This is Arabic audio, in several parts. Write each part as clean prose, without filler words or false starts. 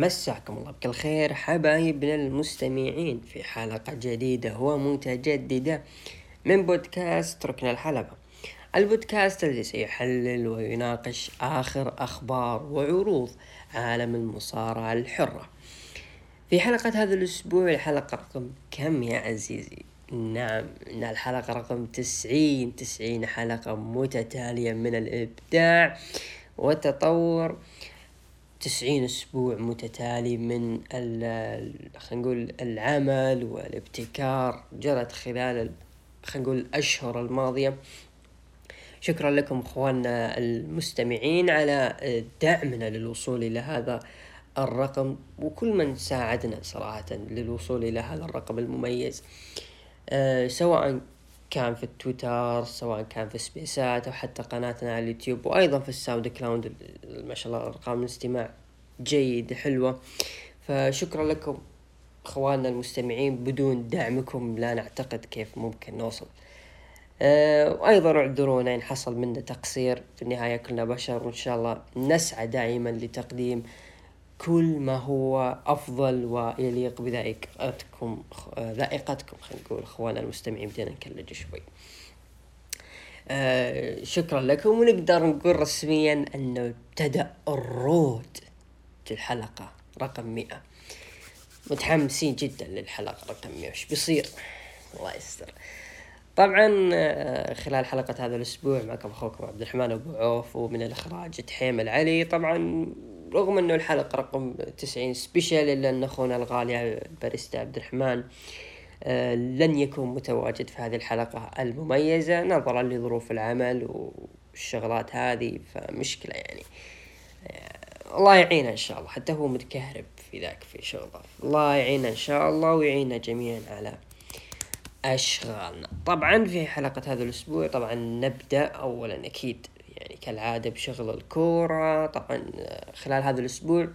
مساكم الله بكل خير حبايبنا المستمعين في حلقة جديدة ومتجددة من بودكاست ركن الحلبة، البودكاست الذي سيحلل ويناقش آخر أخبار وعروض عالم المصارعة الحرة. في حلقة هذا الأسبوع الحلقة رقم كم يا عزيزي؟ نعم، إن الحلقة رقم 90 حلقة متتالية من الإبداع والتطور، 90 أسبوع متتالي من خلينا نقول العمل والابتكار جرت خلال خلينا نقول الأشهر الماضية. شكرا لكم أخواننا المستمعين على دعمنا للوصول إلى هذا الرقم، وكل من ساعدنا صراحة للوصول إلى هذا الرقم المميز، سواء كان في التويتر، سواء كان في سبيسات، أو حتى قناتنا على اليوتيوب، وأيضا في الساوند كلاود. ما شاء الله أرقام الاستماع جيد حلوة، فشكرا لكم أخواننا المستمعين، بدون دعمكم لا نعتقد كيف ممكن نوصل. وأيضا اعذرونا إن حصل منا تقصير، في النهاية كلنا بشر، وإن شاء الله نسعى دائما لتقديم كل ما هو أفضل ويليق بذائقتكم خلينا نقول أخوانا المستمعين. بدينا نكلج شوي. شكرا لكم، ونقدر نقول رسميا أنه ابتدأ الرود الحلقة رقم 100. متحمسين جدا للحلقة رقم 100، وش بيصير؟ الله يستر. طبعا خلال حلقة هذا الأسبوع معكم أخوكم عبد الرحمن أبو عوف، ومن الإخراج تحيم العلي. طبعا رغم أنه الحلقة رقم 90 سبيشال، إلا أن أخونا الغالي باريستا عبد الرحمن لن يكون متواجد في هذه الحلقة المميزة نظرا لظروف العمل والشغلات هذه، فمشكلة يعني. الله يعينه إن شاء الله، حتى هو متكهرب في ذاك في شغله. الله يعينه إن شاء الله، ويعيننا جميعا على أشغالنا. طبعا في حلقة هذا الأسبوع طبعا نبدأ أولا أكيد يعني كالعادة بشغل الكورة. طبعا خلال هذا الأسبوع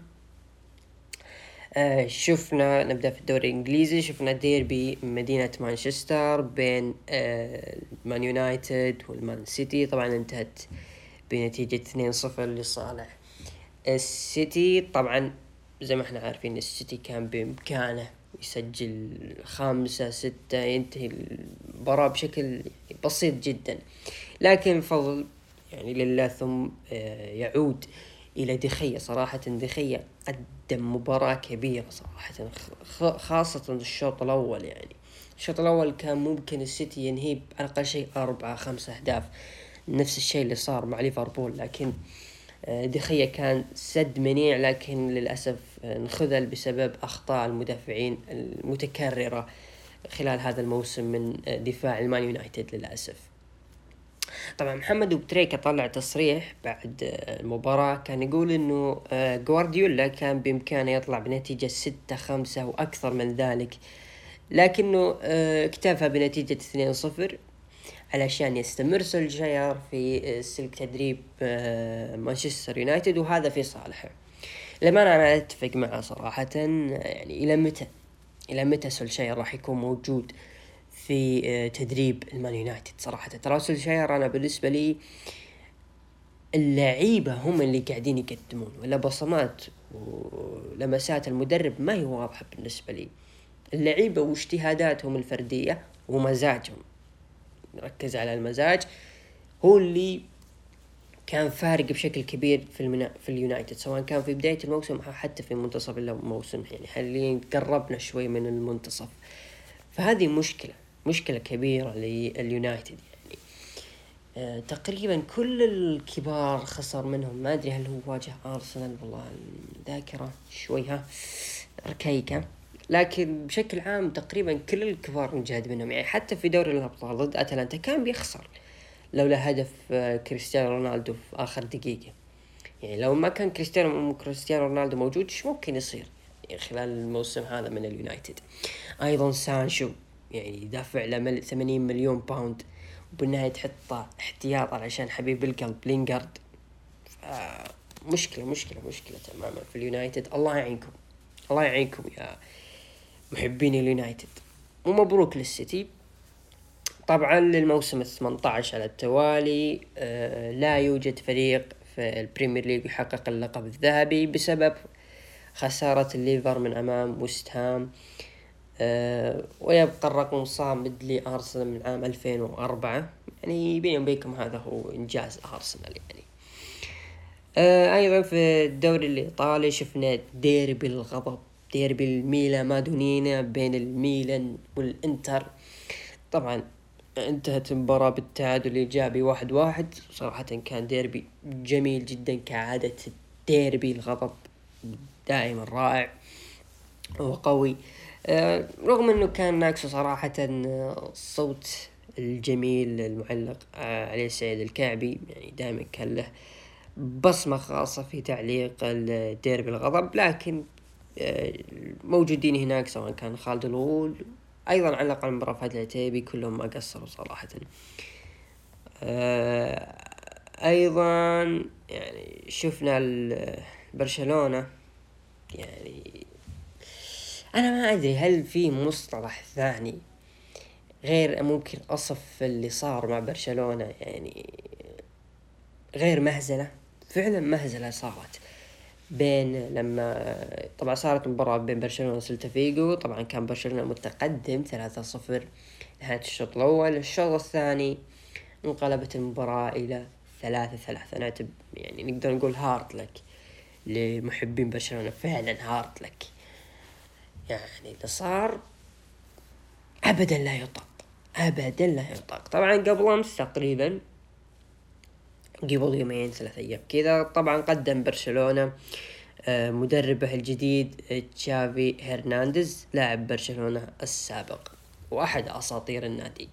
شفنا نبدأ في الدوري الإنجليزي، شفنا ديربي مدينة مانشستر بين مان يونايتد والمان سيتي. طبعا انتهت بنتيجة 2-0 لصالح السيتي. طبعا زي ما احنا عارفين السيتي كان بإمكانه يسجل 5-6 ينتهي المباراة بشكل بسيط جدا، لكن فضل يعني لله، ثم يعود إلى دخية. صراحة دخية قدم مباراة كبيرة صراحة، خاصة الشوط الأول. يعني الشوط الأول كان ممكن السيتي ينهي على أقل شيء 4-5 أهداف، نفس الشيء اللي صار مع ليفربول، لكن دخية كان سد منيع، لكن للأسف انخذل بسبب أخطاء المدافعين المتكررة خلال هذا الموسم من دفاع المان يونايتد للأسف. طبعا محمد بوتريكا طلع تصريح بعد المباراة، كان يقول انه غوارديولا كان بامكانه يطلع بنتيجة 6-5 واكثر من ذلك، لكنه اكتفى بنتيجة 2-0 علشان يستمر سولشاير في سلك تدريب مانشستر يونايتد، وهذا في صالحه. لما أنا أتفق معه صراحة، يعني إلى متى سولشاير راح يكون موجود في تدريب المان يونايتد؟ صراحة ترى سولشاير أنا بالنسبة لي اللعيبة هم اللي قاعدين يقدمون، ولا بصمات ولمسات المدرب ما هي واضحة بالنسبة لي. اللعيبة واجتهاداتهم الفردية ومزاجهم، نركز على المزاج، هو اللي كان فارق بشكل كبير في اليونايتد، سواء كان في بداية الموسم أو حتى في منتصف الموسم. يعني حاليا قربنا شوي من المنتصف، فهذه مشكلة كبيرة لليونايتد. يعني تقريبا كل الكبار خسر منهم، ما أدري هل هو واجه أرسنال، والله الذاكرة شوي أركيكة، لكن بشكل عام تقريبا كل الكبار نجاد منهم. يعني حتى في دوري الأبطال ضد أتلانتا كان بيخسر لولا هدف كريستيانو رونالدو في آخر دقيقة. يعني لو ما كان كريستيانو رونالدو موجود شو ممكن يصير يعني خلال الموسم هذا من اليونايتد؟ أيضا سانشو يعني دافع له 80 مليون باوند، وبالنهاية تحطه احتياط علشان حبيب القلب لينغارد. مشكلة تماما في اليونايتد. الله يعينكم يا محبين اليونايتد، ومبروك للسيتي طبعا للموسم 18 على التوالي. لا يوجد فريق في البريمير ليج يحقق اللقب الذهبي بسبب خسارة الليفر من أمام وست هام. ويبقى الرقم صامد لأرسنال من عام 2004. يعني بيني وبينكم هذا هو إنجاز أرسنال يعني. أيضا في الدوري الإيطالي شفنا ديربي الغضب، ديربي الميلا مادونينا بين الميلان والإنتر. طبعا انتهت المباراة بالتعادل الإيجابي 1-1. صراحة كان ديربي جميل جدا كعادة ديربي الغضب، دائما رائع وقوي. رغم انه كان ناقصه صراحة الصوت الجميل المعلق علي سعيد الكعبي، يعني دائما كان له بصمة خاصة في تعليق الديربي الغضب، لكن موجودين هناك سواء كان خالد الغول ايضا علق على المباراة فهد العتيبي، كلهم ما قصروا صراحة. ايضا يعني شفنا برشلونة، يعني انا ما ادري هل في مصطلح ثاني غير ممكن اصف اللي صار مع برشلونة، يعني غير مهزلة. فعلا مهزلة صارت بين لما طبعا صارت مباراة بين برشلونة وسيلتا فيغو. طبعا كان برشلونة متقدم 3-0 نهاية الشوط الأول. الشوط الثاني انقلبت المباراة إلى 3-3. يعني نقدر نقول هارد لك لمحبين برشلونة، فعلا هارد لك. يعني اللي صار أبدا لا يطاق، أبدا لا يطاق. طبعا قبل أمس تقريبا، قبل يومين 3 أيام كذا، طبعا قدم برشلونة مدربه الجديد تشافي هرنانديز، لاعب برشلونة السابق وأحد أساطير النادي.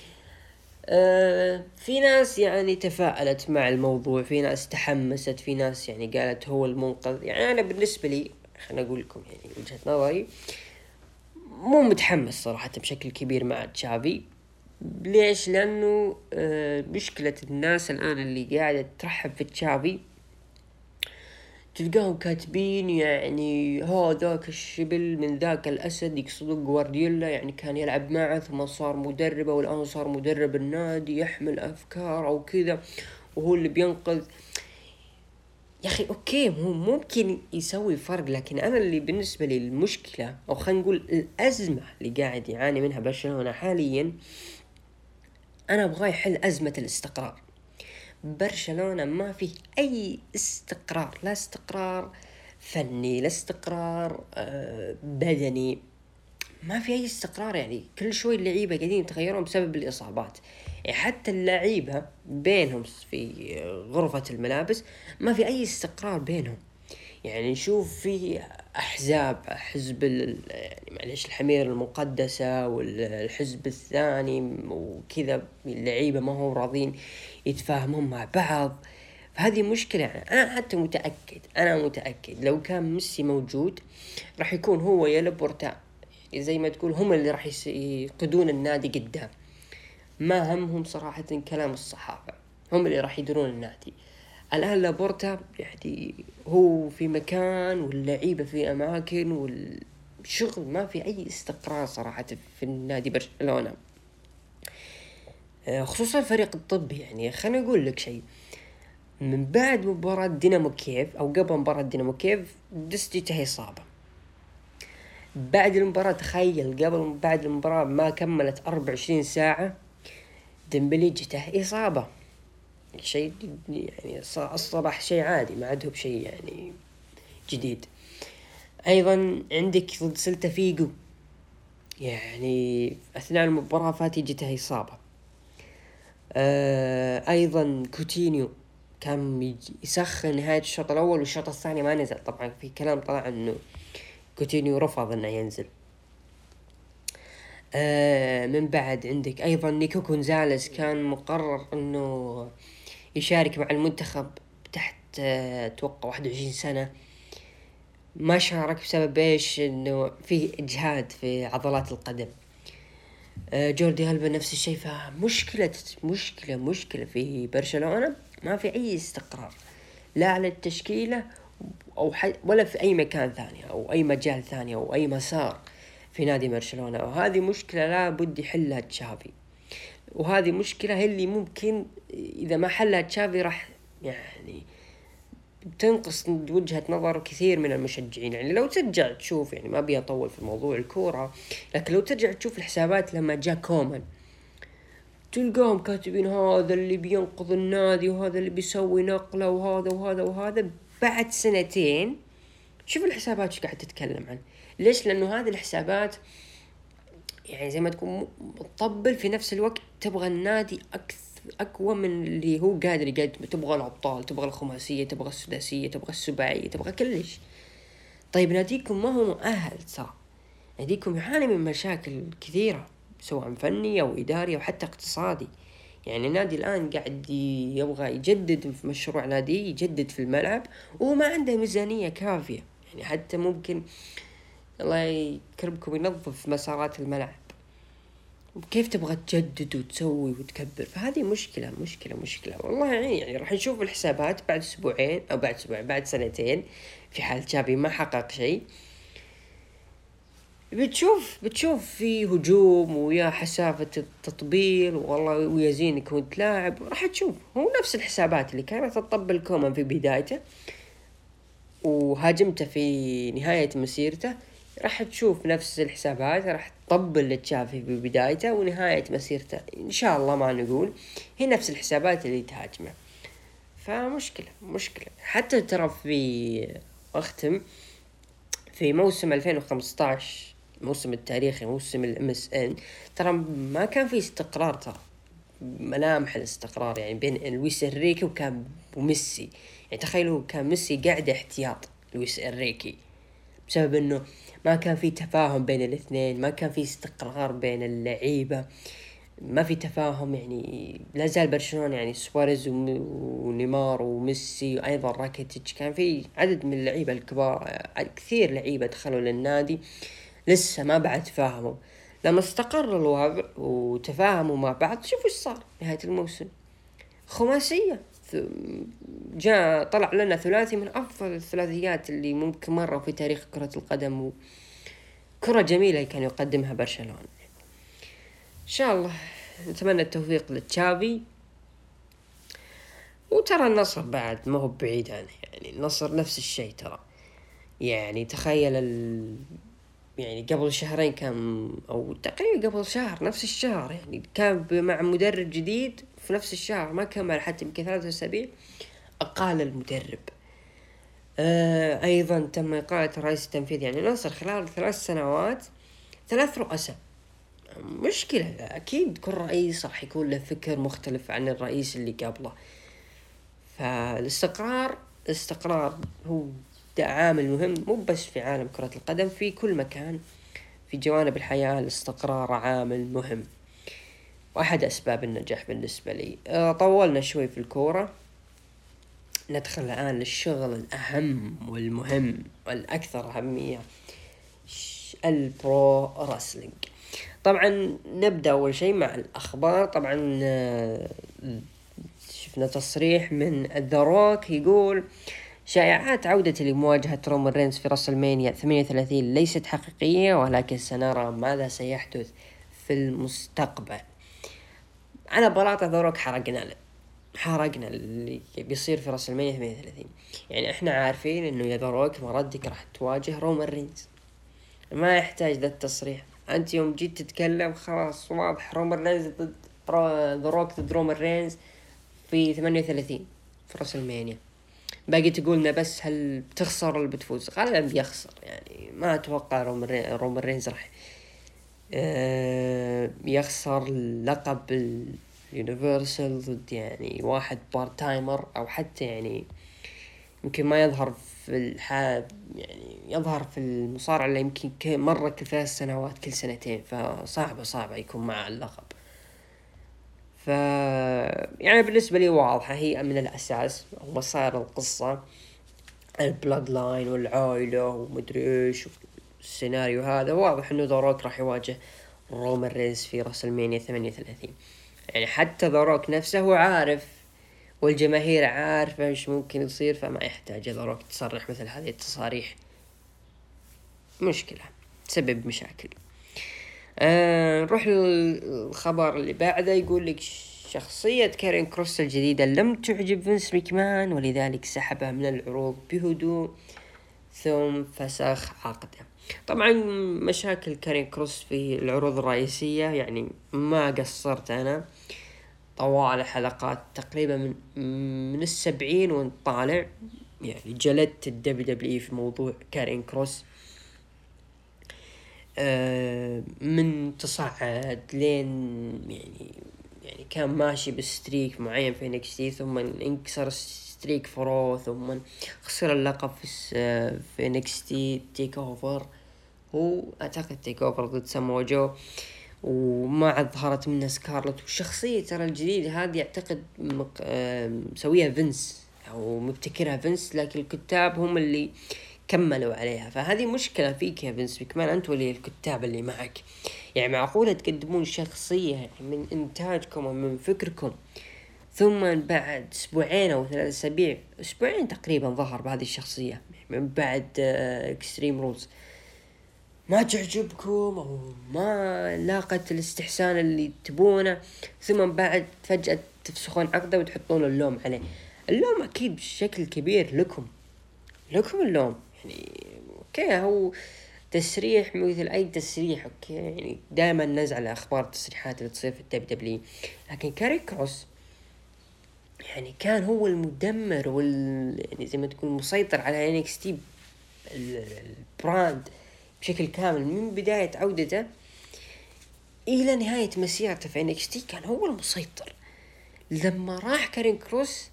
في ناس يعني تفاءلت مع الموضوع، في ناس تحمست، في ناس يعني قالت هو المنقذ. يعني أنا بالنسبة لي خلنا أقول لكم يعني وجهة نظري، مو متحمس صراحة بشكل كبير مع تشافي. ليش؟ لأنه مشكلة الناس الآن اللي قاعدة ترحب في تشافي تلقاهم كاتبين يعني ذاك الشبل من ذاك الأسد، يقصدون جوارديولا، يعني كان يلعب معه ثم صار مدربه والآن صار مدرب النادي، يحمل أفكار أو كذا وهو اللي بينقذ. يا أخي أوكي، هو ممكن يسوي فرق، لكن أنا اللي بالنسبة لي المشكلة أو خلينا نقول الأزمة اللي قاعد يعاني منها برشلونة حاليا، أنا أبغى يحل أزمة الاستقرار. برشلونة ما فيه أي استقرار، لا استقرار فني، لا استقرار بدني، ما في أي استقرار. يعني كل شوي اللعيبة قاعدين يتغيرون بسبب الإصابات. يعني حتى اللعيبة بينهم في غرفة الملابس ما في أي استقرار بينهم. يعني نشوف في أحزاب، حزب يعني معليش الحمير المقدسة والحزب الثاني وكذا، اللعيبة ما هو راضين يتفاهمون مع بعض. فهذه مشكلة. يعني أنا حتى متأكد لو كان ميسي موجود راح يكون هو يا لابورتا، يعني زي ما تقول هم اللي راح يقودون النادي قدام. ما همهم صراحة كلام الصحافة، هم اللي راح يديرون النادي. الآن لابورتا يعني هو في مكان واللعيبة في أماكن والشغل ما في أي استقرار صراحة في النادي برشلونة، خصوصا الفريق الطبي. يعني خليني أقول لك شيء، من بعد مباراة دينامو كييف أو قبل مباراة دينامو كييف دست جته إصابة. بعد المباراة تخيل بعد المباراة ما كملت 24 ساعة ديمبلي جته إصابة. شيء يعني الصباح شيء عادي، ما عده بشيء يعني جديد. أيضا عندك ضد سيلتا فيغو، يعني أثناء المباراة فاتي جته إصابة. أيضا كوتينيو كان يسخن نهاية الشوط الأول والشوط الثاني ما نزل. طبعا في كلام طلع أنه كوتينيو رفض أنه ينزل. من بعد عندك أيضا نيكو غونزاليز، كان مقرر أنه يشارك مع المنتخب تحت توقع 21 سنة، ما شارك بسبب إيش؟ إنه فيه إجهاد في عضلات القدم. جوردي ألبا نفس الشيء. مشكلة في برشلونة، ما في أي استقرار لا على التشكيلة أو ولا في أي مكان ثاني أو أي مجال ثاني أو أي مسار في نادي برشلونة. وهذه مشكلة لا بد يحلها تشافي، وهذه مشكلة هي اللي ممكن إذا ما حلها تشافي راح يعني بتنقص وجهة نظر كثير من المشجعين. يعني لو ترجع تشوف، يعني ما أبي أطول في موضوع الكورة، لكن لو ترجع تشوف الحسابات لما جاء كومان تلقاهم كاتبين هذا اللي بينقذ النادي وهذا اللي بيسوي نقلة وهذا وهذا وهذا. بعد سنتين شوف الحسابات ايش قاعد تتكلم عنه. ليش؟ لأنه هذه الحسابات يعني زي ما تكون مطبل، في نفس الوقت تبغى النادي أقوى من اللي هو قادر يقدمه. تبغى الأبطال، تبغى الخماسية، تبغى السداسية، تبغى السباعية، تبغى كلش. طيب ناديكم ما هو مؤهل صار، ناديكم يعاني من مشاكل كثيرة سواء فني أو إداري أو حتى اقتصادي. يعني النادي الآن قاعد يبغى يجدد في مشروع نادي، يجدد في الملعب، وهو ما عنده ميزانية كافية. يعني حتى ممكن الله يكرمكم ينظف مسارات الملعب، كيف تبغى تجدد وتسوي وتكبر؟ فهذه مشكلة والله. يعني راح نشوف الحسابات بعد أسبوعين أو بعد أسبوعين، بعد سنتين، في حال تشافي ما حقق شيء، بتشوف في هجوم ويا حسافة التطبيل والله ويا زينك وانت لاعب. راح تشوف هو نفس الحسابات اللي كانت تطبل كومان في بدايته وهاجمته في نهاية مسيرته، راح تشوف نفس الحسابات راح تطبل لتشافي في بدايته ونهاية مسيرته إن شاء الله. ما نقول هي نفس الحسابات اللي تهاجمه. فمشكلة حتى ترى في أختم في موسم 2015، موسم التاريخي، موسم MSN، ترى ما كان في استقرار، ترى ملامح الاستقرار يعني بين لويس إنريكي وميسي. يعني تخيلوا كان ميسي قاعد احتياط لويس إنريكي بسبب انه ما كان في تفاهم بين الاثنين، ما كان في استقرار بين اللعيبة، ما في تفاهم. يعني لا زال برشلونة يعني سواريز ونيمار وميسي وايضا راكيتيتش، كان في عدد من اللعيبة الكبار، كثير لعيبة دخلوا للنادي لسه ما بعد تفاهموا. لما استقر الوضع وتفاهموا مع بعض، شوفوا ايش صار نهاية الموسم، خماسية. جاء طلع لنا ثلاثي من أفضل الثلاثيات اللي ممكن مرة في تاريخ كرة القدم، وكرة جميلة كان يقدمها برشلونة. إن شاء الله نتمنى التوفيق لتشافي. وترى النصر بعد ما هو بعيد عنه، يعني النصر نفس الشيء ترى. يعني تخيل يعني قبل شهرين كان، أو تقريبا قبل شهر، نفس الشهر يعني كان مع مدرب جديد في نفس الشهر، ما كمل حتى يمكن 3 أسابيع أقال المدرب. أيضا تم إقالة الرئيس التنفيذي. يعني النصر خلال 3 سنوات 3 رؤساء. مشكلة. أكيد كل رئيس راح يكون له فكر مختلف عن الرئيس اللي قبله. فالاستقرار هو ده عامل مهم، مو بس في عالم كرة القدم، في كل مكان في جوانب الحياة الاستقرار عامل مهم وأحد أسباب النجاح بالنسبة لي. طولنا شوي في الكورة، ندخل الآن للشغل الأهم والمهم والأكثر أهمية، البرو رسلينج. طبعا نبدأ أول شيء مع الأخبار. طبعا شفنا تصريح من ذا روك يقول شائعات عودة لمواجهة رومان رينز في راسلمانيا 38 ليست حقيقية، ولكن سنرى ماذا سيحدث في المستقبل. على بلاطة ذا روك حرقنا اللي بيصير في راسلمانيا 38. يعني احنا عارفين انه يا ذا روك مردك راح تواجه رومان رينز، ما يحتاج ذا التصريح. انت يوم جيت تتكلم خلاص واضح، رومان رينز ضد ذا روك ضد رومان رينز في 38 في راسلمانيا. باقي تقولنا بس هل بتخسر ولا بتفوز؟ غالبا بيخسر. يعني ما اتوقع رومان رينز راح يخسر لقب اليونيفرسال ضد يعني واحد بارت تايمر، او حتى يعني يمكن ما يظهر في يعني يظهر في المصارعة اللي يمكن مرة كل 3 سنوات كل سنتين، فصعبة يكون مع اللقب. يعني بالنسبة لي واضحة هي من الأساس ومصائر القصة، البلاد لاين والعائلة ومدري إيش السيناريو هذا. واضح إنه ذا روك راح يواجه رومان رينز في راسلمانيا 38. يعني حتى ذا روك نفسه عارف والجماهير عارفة إيش ممكن يصير، فما يحتاج ذا روك تصرح مثل هذه التصاريح. مشكلة تسبب مشاكل. نروح للخبر اللي بعده. يقول لك شخصية كارين كروس الجديدة لم تعجب فينس ميكمان، ولذلك سحبها من العروض بهدوء ثم فسخ عقده. طبعا مشاكل كارين كروس في العروض الرئيسية يعني ما قصرت أنا طوال الحلقات تقريبا من 70 ونطالع، يعني جلدت الدبليو في موضوع كارين كروس. من تصعد لين يعني كان ماشي بستريك معين في NXT، ثم انكسر ستريك فرو، ثم خسر اللقب في NXT تيك اوفر، هو اعتقد تيك اوفر ضد سامو جو، وما عاد ظهرت منه سكارلت. والشخصية ترى الجديدة هذه اعتقد مسويها فينس او مبتكرها فينس، لكن الكتاب هم اللي كملوا عليها. فهذه مشكلة فيك يا فينس ميكمان، أنت ولي الكتاب اللي معك. يعني معقولة تقدمون شخصية من إنتاجكم ومن فكركم، ثم بعد أسبوعين أو 3 أسابيع، أسبوعين تقريبا ظهر بهذه الشخصية من بعد إكستريم رولز، ما تعجبكم أو ما لاقت الاستحسان اللي تبونه، ثم بعد فجأة تفسخون عقده وتحطون اللوم عليه. اللوم أكيد بشكل كبير لكم اللوم. يعني اوكي هو تسريح مثل اي تسريح، اوكي يعني دائما نزعل على اخبار التسريحات اللي تصير في الدبليو، لكن كاري كروس يعني كان هو المدمر يعني زي ما تكون مسيطر على NXT البراند بشكل كامل من بداية عودته الى نهاية مسيرته في NXT، كان هو المسيطر. لما راح كارين كروس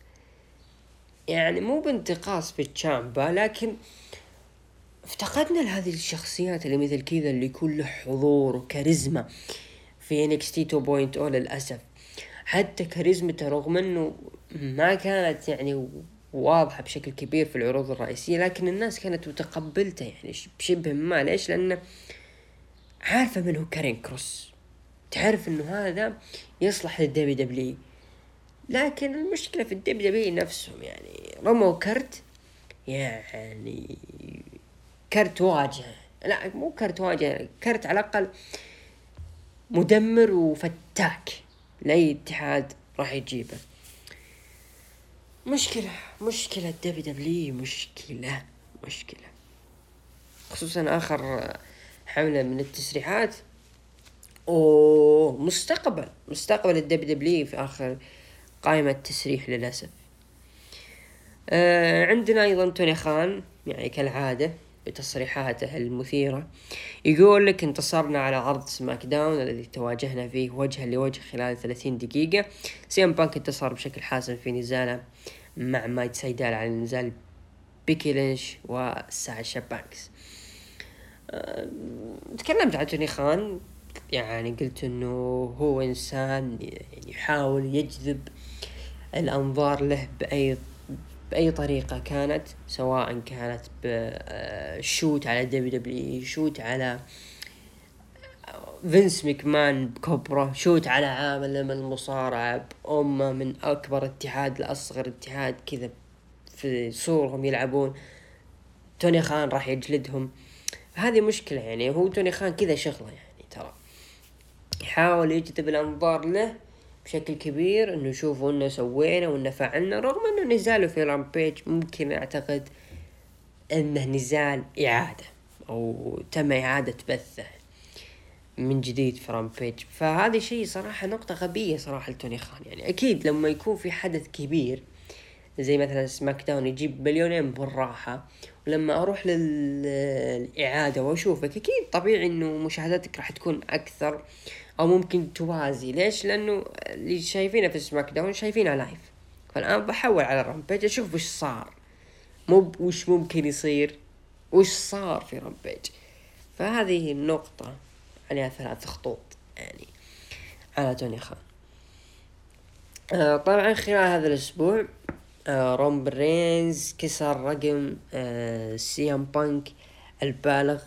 يعني مو بانتقاص في الشامبا، لكن افتقدنا لهذه الشخصيات اللي مثل كذا اللي يكون له حضور وكاريزما في NXT 2.0 للأسف. حتى كاريزمته رغم انه ما كانت يعني واضحة بشكل كبير في العروض الرئيسية، لكن الناس كانت متقبلته يعني بشبه ما. ليش؟ لأنه عارفة من هو كارين كروس، تعرف انه هذا يصلح للدبليو. لكن المشكلة في الدبليو نفسهم يعني رموا كرت، يعني كرت واجهة، لا مو كرت واجهة، كرت على الأقل مدمر وفتاك لأي اتحاد راح يجيبه. مشكلة دبليو مشكلة خصوصا آخر حملة من التسريحات مستقبل الدبليو في آخر قائمة تسريح للأسف. عندنا أيضا توني خان يعني كالعادة بتصريحاته المثيرة، يقول لك انتصرنا على عرض سماك داون الذي تواجهنا فيه وجها لوجه خلال 30 دقيقة. سيام بانك انتصر بشكل حاسم في نزاله مع مايت سايدال على نزال بيكي لينش وساشا بانكس. تكلمت عن توني خان، يعني قلت انه هو انسان يعني يحاول يجذب الانظار له بأي طريقة كانت، سواء كانت بشوت على دبليو، شوت على فينس ميكمان بكبره، شوت على عامل من المصارعة بأمة من أكبر اتحاد لأصغر اتحاد كذا في صورهم يلعبون. توني خان راح يجلدهم. هذه مشكلة يعني، هو توني خان كذا شغله يعني، ترى يحاول يجذب الأنظار له بشكل كبير، انه يشوفوا انه سوينا وانه فعلنا، رغم انه نزاله في رامبيج ممكن اعتقد انه نزال اعادة او تم اعادة بثه من جديد في رامبيج. فهذا شيء صراحة نقطة غبية صراحة لتوني خان. يعني اكيد لما يكون في حدث كبير زي مثلا سماك داون يجيب مليونين بالراحة، ولما اروح للإعادة واشوفك اكيد طبيعي انه مشاهداتك راح تكون اكثر او ممكن توازي. ليش؟ لانه اللي شايفينه في سماك داون شايفينه لايف، فالان بحول على رامبيج اشوف وش صار، مو وش ممكن يصير، وش صار في رامبيج. فهذه النقطة عليها 3 خطوط يعني على توني خان. طبعا خلال هذا الاسبوع رومبل رينز كسر رقم سيام بانك البالغ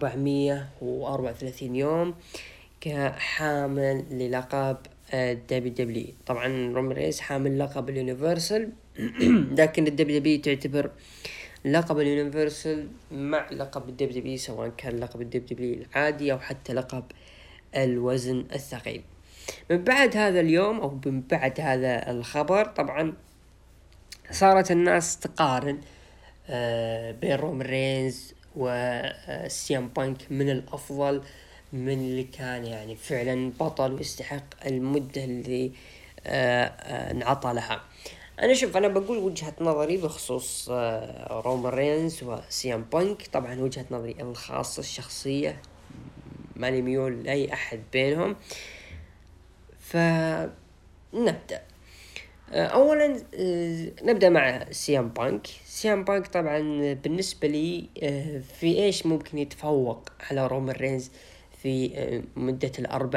434 يوم كحامل للقب دبليو. طبعا رومان رينز حامل لقب اليونيفرسال لكن الدبليو تعتبر لقب اليونيفرسال مع لقب الدبليو، سواء كان لقب الدبليو العادي او حتى لقب الوزن الثقيل. من بعد هذا اليوم أو من بعد هذا الخبر طبعا صارت الناس تقارن بين رومان رينز وسيام بانك من الأفضل، من اللي كان يعني فعلا بطل ويستحق المدة اللي انعطى لها. أنا بقول وجهة نظري بخصوص رومان رينز وسيام بانك. طبعا وجهة نظري الخاصة الشخصية، ماني ميول لأي أحد بينهم. فنبدأ اولا نبدا مع سيام بانك طبعا بالنسبه لي في ايش ممكن يتفوق على رومان رينز في مده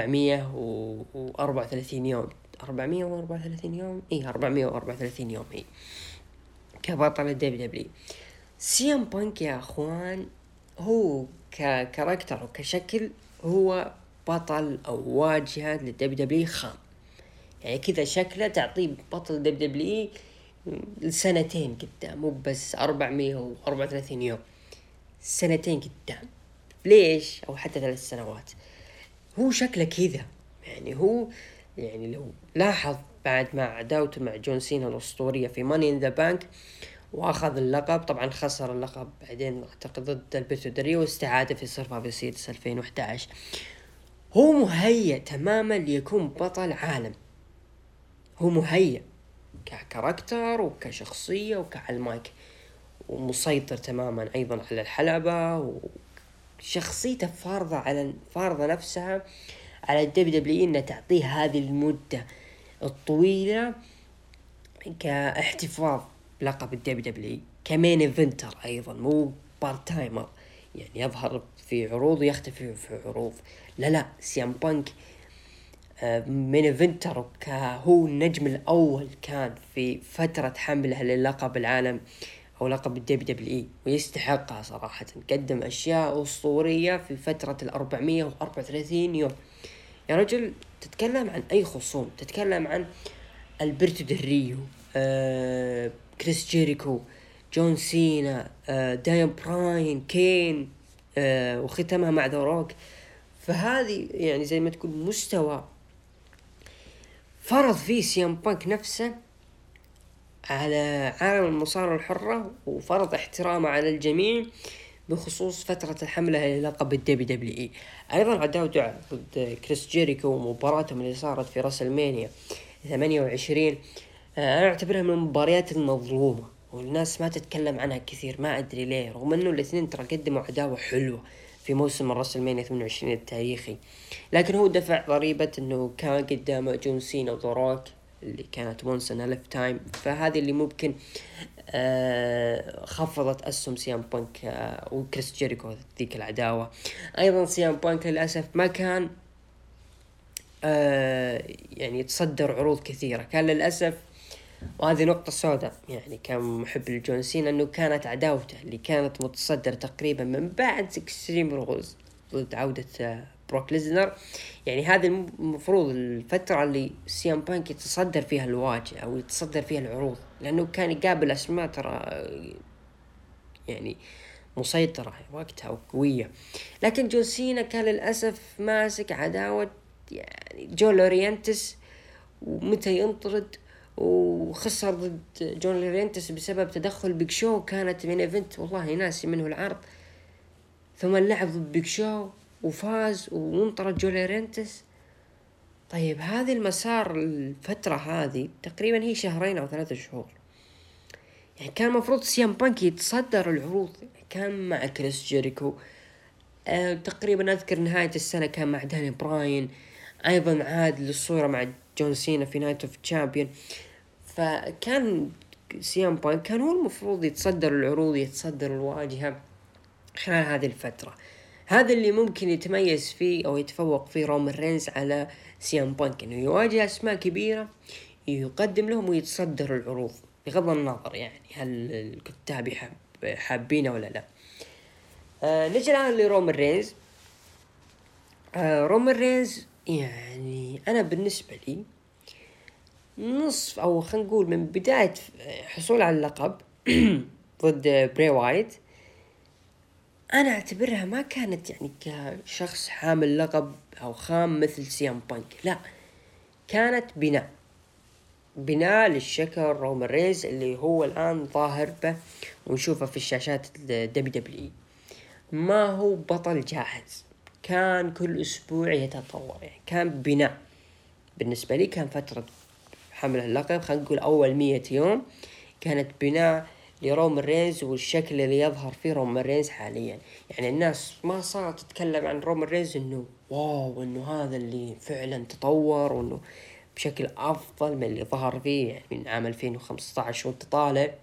434 يوم. 434 يوم، 434 يوم هي كبطل الدبليو. سيام بانك يا اخوان هو ككاركتر وكشكل هو بطل او واجهة للدبليو خام. يعني كذا شكله تعطيه بطل دبليو لسنتين قدام، مو بس 434 يوم، سنتين قدام. ليش؟ او حتى 3 سنوات. هو شكله كذا. يعني هو يعني لو لاحظ بعد ما عداوته مع جون سينا الأسطورية في ماني ان ذا بانك واخذ اللقب، طبعا خسر اللقب بعدين اعتقد ضد البرتو دري واستعاده في سيرفايفر سيريس 2011. هو مهيأ تماما ليكون بطل عالم. هو مهيأ ككاركتر وكشخصية وكعلى المايك، ومسيطر تماما أيضا على الحلبة، وشخصيته فارضة نفسها على الدبليو إنها تعطيه هذه المدة الطويلة كاحتفاظ بلقب الدبليو كمين ايفنتر أيضا، مو بارت تايمر يعني يظهر في عروض ويختفي في عروض. لا سيام بانك مين ايفنتر، هو النجم الأول كان في فترة حمله للقب العالم أو لقب الدبليو، ويستحقها صراحة. قدم أشياء أسطورية في فترة 434 يوم. يا رجل تتكلم عن أي خصوم، تتكلم عن البرتو دريو، كريس جيريكو، جون سينا، دايان براين، كين، وختمها مع ذا روك. فهذه يعني زي ما تقول مستوى فرض فيه سيام بانك نفسه على عالم المصارعة الحرة، وفرض احترامه على الجميع بخصوص فترة الحملة للقب الدبليو. أيضا عداوته ضد كريس جيريكو ومباراتهم اللي صارت في راس المانيا 28 أنا أعتبرها من المباريات المظلومة، والناس ما تتكلم عنها كثير، ما أدري ليه، رغم أنه الاثنين ترى قدموا عداوة حلوة في موسم راس المانيا 28 التاريخي. لكن هو دفع ضريبة أنه كان قدامه جون سينا وذا روك اللي كانت once in a lifetime، فهذه اللي ممكن خفضت أسهم سيام بانك وكريس جيريكو ذيك العداوة. أيضا سيام بانك للأسف ما كان يعني يتصدر عروض كثيرة، كان للأسف، وهذه نقطة سوداء يعني كان محب لجون سينا، أنه كانت عداوته اللي كانت متصدر تقريبا من بعد اكستريم رولز ضد عودة بروك ليزنر. يعني هذه المفروض الفترة اللي سيام بانك يتصدر فيها الواجهة أو يتصدر فيها العروض، لأنه كان يقابل أسماء ترى يعني مسيطرة وقتها وقوية. لكن جون سينا كان للأسف ماسك عداوة يعني جون لورينتس، ومتى ينطرد، وخسر ضد جون لورينتس بسبب تدخل بيج شو، كانت من ايفنت والله ناسي منه العرض، ثم لعب ضد بيج شو وفاز وانطرد جون لورينتس. طيب هذه المسار الفترة هذه تقريبا هي 2 أو 3 شهور، يعني كان مفروض سيام بانك يتصدر العروض. كان مع كريس جيريكو تقريبا أذكر نهاية السنة كان مع داني براين، أيضا عاد للصورة مع جون سينا في نايت اوف تشامبيون. فكان سيام بانك كان هو المفروض يتصدر العروض، يتصدر الواجهة خلال هذه الفترة. هذا اللي ممكن يتميز فيه أو يتفوق فيه رومان رينز على سيام بانك، إنه يواجه أسماء كبيرة يقدم لهم ويتصدر العروض بغض النظر يعني هل الكتاب حابينه ولا لا. نجي الآن لرومان رينز. رومان رينز يعني أنا بالنسبة لي نصف أو خلينا نقول من بداية حصول على اللقب ضد بري وايت، أنا أعتبرها ما كانت يعني كشخص حامل لقب أو خام مثل سيام بانك. لا، كانت بناء للشكل رومان رينز اللي هو الآن ظاهر به ونشوفه في الشاشات WWE. ما هو بطل جاهز، كان كل أسبوع يتطور، يعني كان بناء. بالنسبة لي كان فترة حمل اللقب، خلينا نقول أول 100 يوم كانت بناء لرومان رينز والشكل اللي يظهر فيه رومان رينز حاليا. يعني الناس ما صارت تتكلم عن رومان رينز انه واو، انه هذا اللي فعلا تطور وانه بشكل افضل من اللي ظهر فيه يعني من عام 2015 وانت طالع.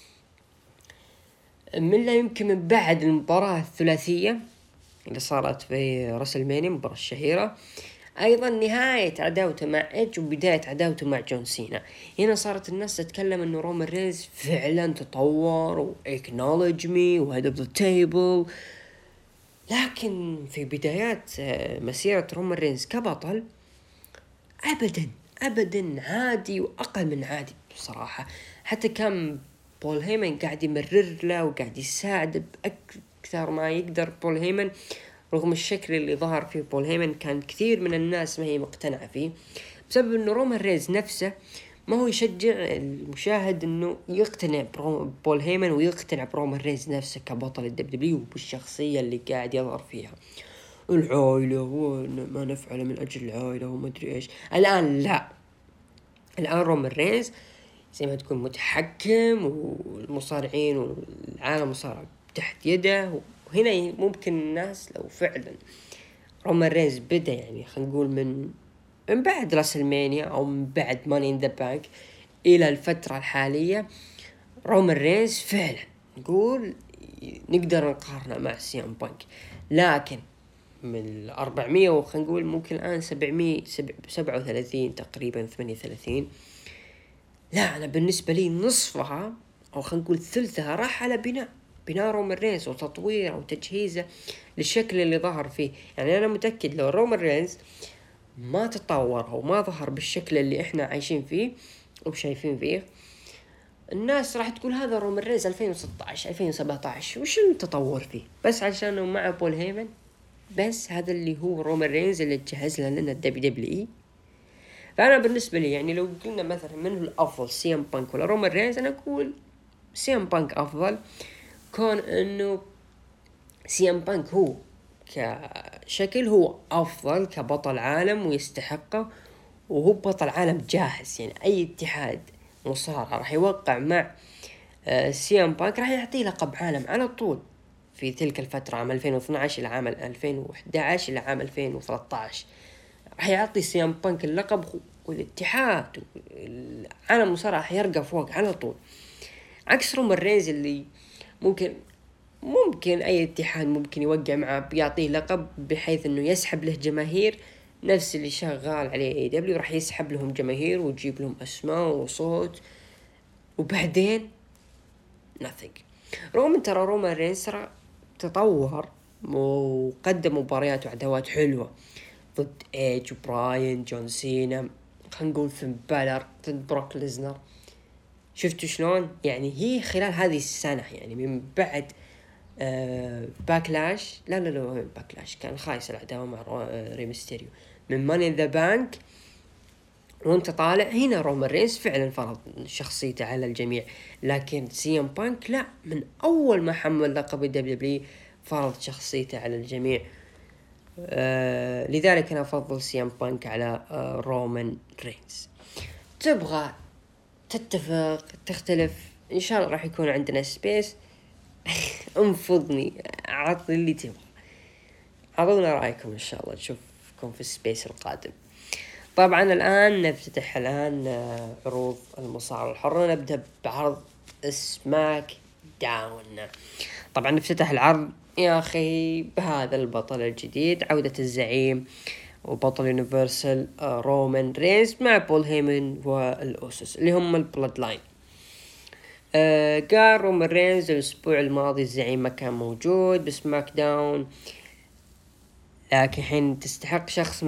من لا يمكن من بعد المباراة الثلاثية اللي صارت في راسلمانيا، المباراة الشهيرة، ايضا نهاية عداوته مع ايدج وبداية عداوته مع جون سينا. هنا صارت الناس تتكلم انه رومان رينز فعلا تطور و acknowledge me و head of the table. لكن في بدايات مسيرة رومان رينز كبطل ابدا عادي واقل من عادي بصراحة. حتى كان بول هيمن قاعد يمرر له وقاعد يساعد باكثر ما يقدر بول هيمن، رغم الشكل اللي ظهر فيه بول هيمن كان كثير من الناس ما هي مقتنعة فيه، بسبب انه رومان رينز نفسه ما هو يشجع المشاهد انه يقتنع بول هيمن ويقتنع برومان رينز نفسه كبطل الدبليو وبالشخصية اللي قاعد يظهر فيها، العائلة وما نفعله من اجل العائلة وما ادري ايش. الان لا، الان رومان رينز زي ما تكون متحكم والمصارعين والعالم المصارع تحت يده. وهنا ممكن الناس لو فعلا رومان رينز بدأ يعني خلينا نقول من بعد راسلمانيا او من بعد ماني ان ذا بانك الى الفترة الحالية، رومان رينز فعلا نقول نقدر نقارنه مع سيام بانك. لكن من 400 وخلينا نقول ممكن الآن 737 تقريبا 38، لا أنا بالنسبة لي نصفها أو خلينا نقول ثلثها راح على بناء رومان رينز وتطويره وتجهيزه للشكل اللي ظهر فيه. يعني أنا متأكد لو رومان رينز ما تطور أو ما ظهر بالشكل اللي إحنا عايشين فيه وشايفين فيه، الناس راح تقول هذا رومان رينز 2016 2017 وش التطور فيه، بس عشانه مع بول هيمن. بس هذا اللي هو رومان رينز اللي تجهز لنا الدبليو. فأنا بالنسبة لي يعني لو قلنا مثلا من هو الأفضل، سيام بانك ولا رومان رينز، أنا أقول سيام بانك أفضل، كون أنه سيام بانك هو كشكل هو أفضل كبطل عالم ويستحقه، وهو بطل عالم جاهز. يعني أي اتحاد مصارع راح يوقع مع سيام بانك راح يعطيه لقب عالم على طول في تلك الفترة، عام 2012 إلى عام 2011 إلى عام 2013 راح يعطي سيام بانك اللقب، والاتحاد العالم المصارعة راح يرقى فوق على طول. عكس رومان رينز اللي ممكن أي اتحاد ممكن يوقع معه بيعطيه لقب بحيث إنه يسحب له جماهير، نفس اللي شغال عليه AEW راح يسحب لهم جماهير ويجيب لهم أسماء وصوت، وبعدين nothing. رغم ترى رومان رينز تطور وقدم مباريات وعداوات حلوة ضد ايج وبراين جون سينا، خلينا نقول فين بالر ضد بروك ليزنر. شفتوا شلون يعني هي خلال هذه السنة، يعني من بعد باكلاش لا باكلاش كان خايس العداوة مع ريمستيريو، من ماني ذا بانك وانت طالع هنا رومان رينز فعلا فرض شخصيته على الجميع. لكن سيام بانك لا، من اول ما حمل لقب الدبليو فرض شخصيته على الجميع. لذلك انا افضل سيام بانك على رومان رينز. تبغى تتفق تختلف ان شاء الله راح يكون عندنا سبيس انفضني عطني اللي تبغى، عطونا رايكم ان شاء الله نشوفكم في السبيس القادم. طبعا الآن نفتتح عروض المصارعة الحرة، نبدأ بعرض سماك داون. طبعا نفتتح العرض يا أخي بهذا البطل الجديد، عودة الزعيم وبطل يونيفرسال رومان رينز مع بول هيمن والأوسس اللي هم البلاد لاين. قال رومان رينز الأسبوع الماضي الزعيم ما كان موجود بسماك داون، لكن حين تسحق شخص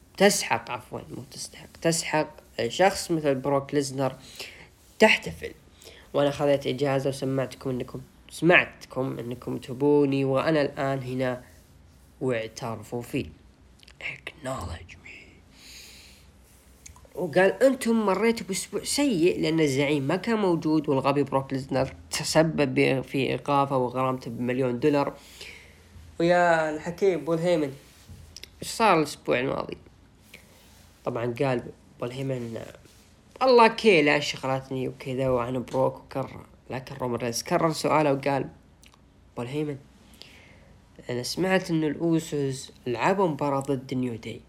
شخص مثل بروك ليزنر تحتفل. وانا اخذت اجازة سمعتكم انكم تبوني، وانا الان هنا واعترفوا فيه acknowledge me. وقال انتم مريتوا باسبوع سيء لان الزعيم ما كان موجود، والغبي بروك ليزنر تسبب في ايقافه وغرامته ب1,000,000 دولار. ويا الحكيم بول هيمن ايش صار الاسبوع الماضي؟ طبعا قال بول هيمن الله كي لا شغلاتني وكذا وعن بروك وكرر، لكن رومان رينز كرر سؤاله وقال بول هيمن انا سمعت ان الاوسوس لعبوا مباراة ضد نيو داي،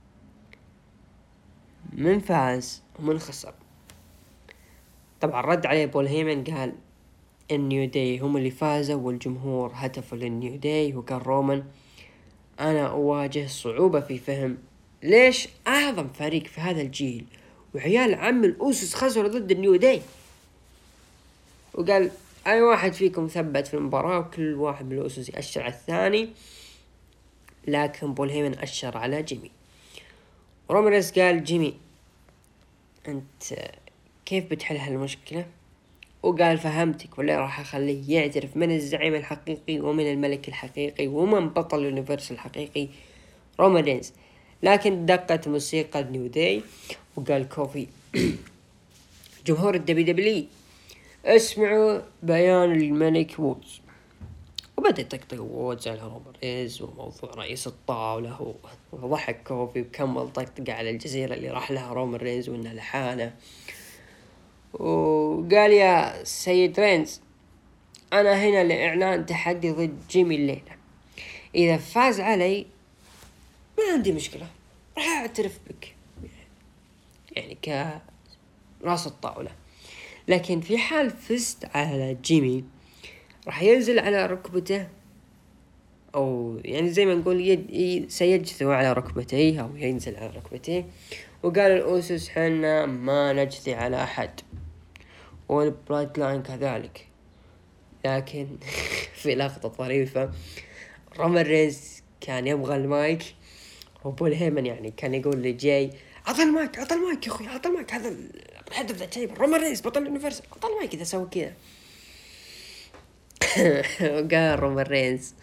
من فاز ومن خسر؟ طبعا رد عليه بول هيمن قال النيو داي هم اللي فازوا والجمهور هتفوا للنيو داي. وقال رومان انا اواجه صعوبة في فهم ليش اعظم فريق في هذا الجيل وعيال عم الاوسوس خسروا ضد النيو داي. وقال اي واحد فيكم ثبت في المباراة وكل واحد من الاوسوس يأشر على الثاني، لكن بول هيمن أشر على جيمي. رومان رينز قال جيمي انت كيف بتحل هالمشكلة؟ وقال فهمتك، ولا راح اخليه يعترف من الزعيم الحقيقي ومن الملك الحقيقي ومن بطل اليونيفرس الحقيقي رومان رينز. لكن دقت موسيقى نيو داي وقال كوفي جمهور الدبليو اسمعوا بيان الملك وودز. وبدأ يطقطق وودز على رومان رينز وموضوع رئيس الطاولة، وضحك كوفي وكمل طقطقة على الجزيرة اللي راح لها رومان رينز وإنها لحالة. وقال يا سيد رينز أنا هنا لإعلان تحدي ضد جيمي الليلة، إذا فاز علي ما عندي مشكلة راح أعترف بك يعني كراس الطاولة، لكن في حال فزت على جيمي راح ينزل على ركبته، أو يعني زي ما نقول سيجثو على ركبتيه أو ينزل على ركبتيه. وقال الأوسوس حنا ما نجثي على أحد والبلايد لاين كذلك. لكن في لقطة طريفة رومان رينز كان يبغى المايك وبول هيمن يعني كان يقول لي جاي عطى المايك يا أخوي، عطى المايك، هذا الهدف ذا شيء رومان رينز بطل اليونيفرس، عطى المايك إذا سوى كذا. وقال رومان رينز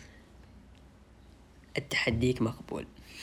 التحديك مقبول.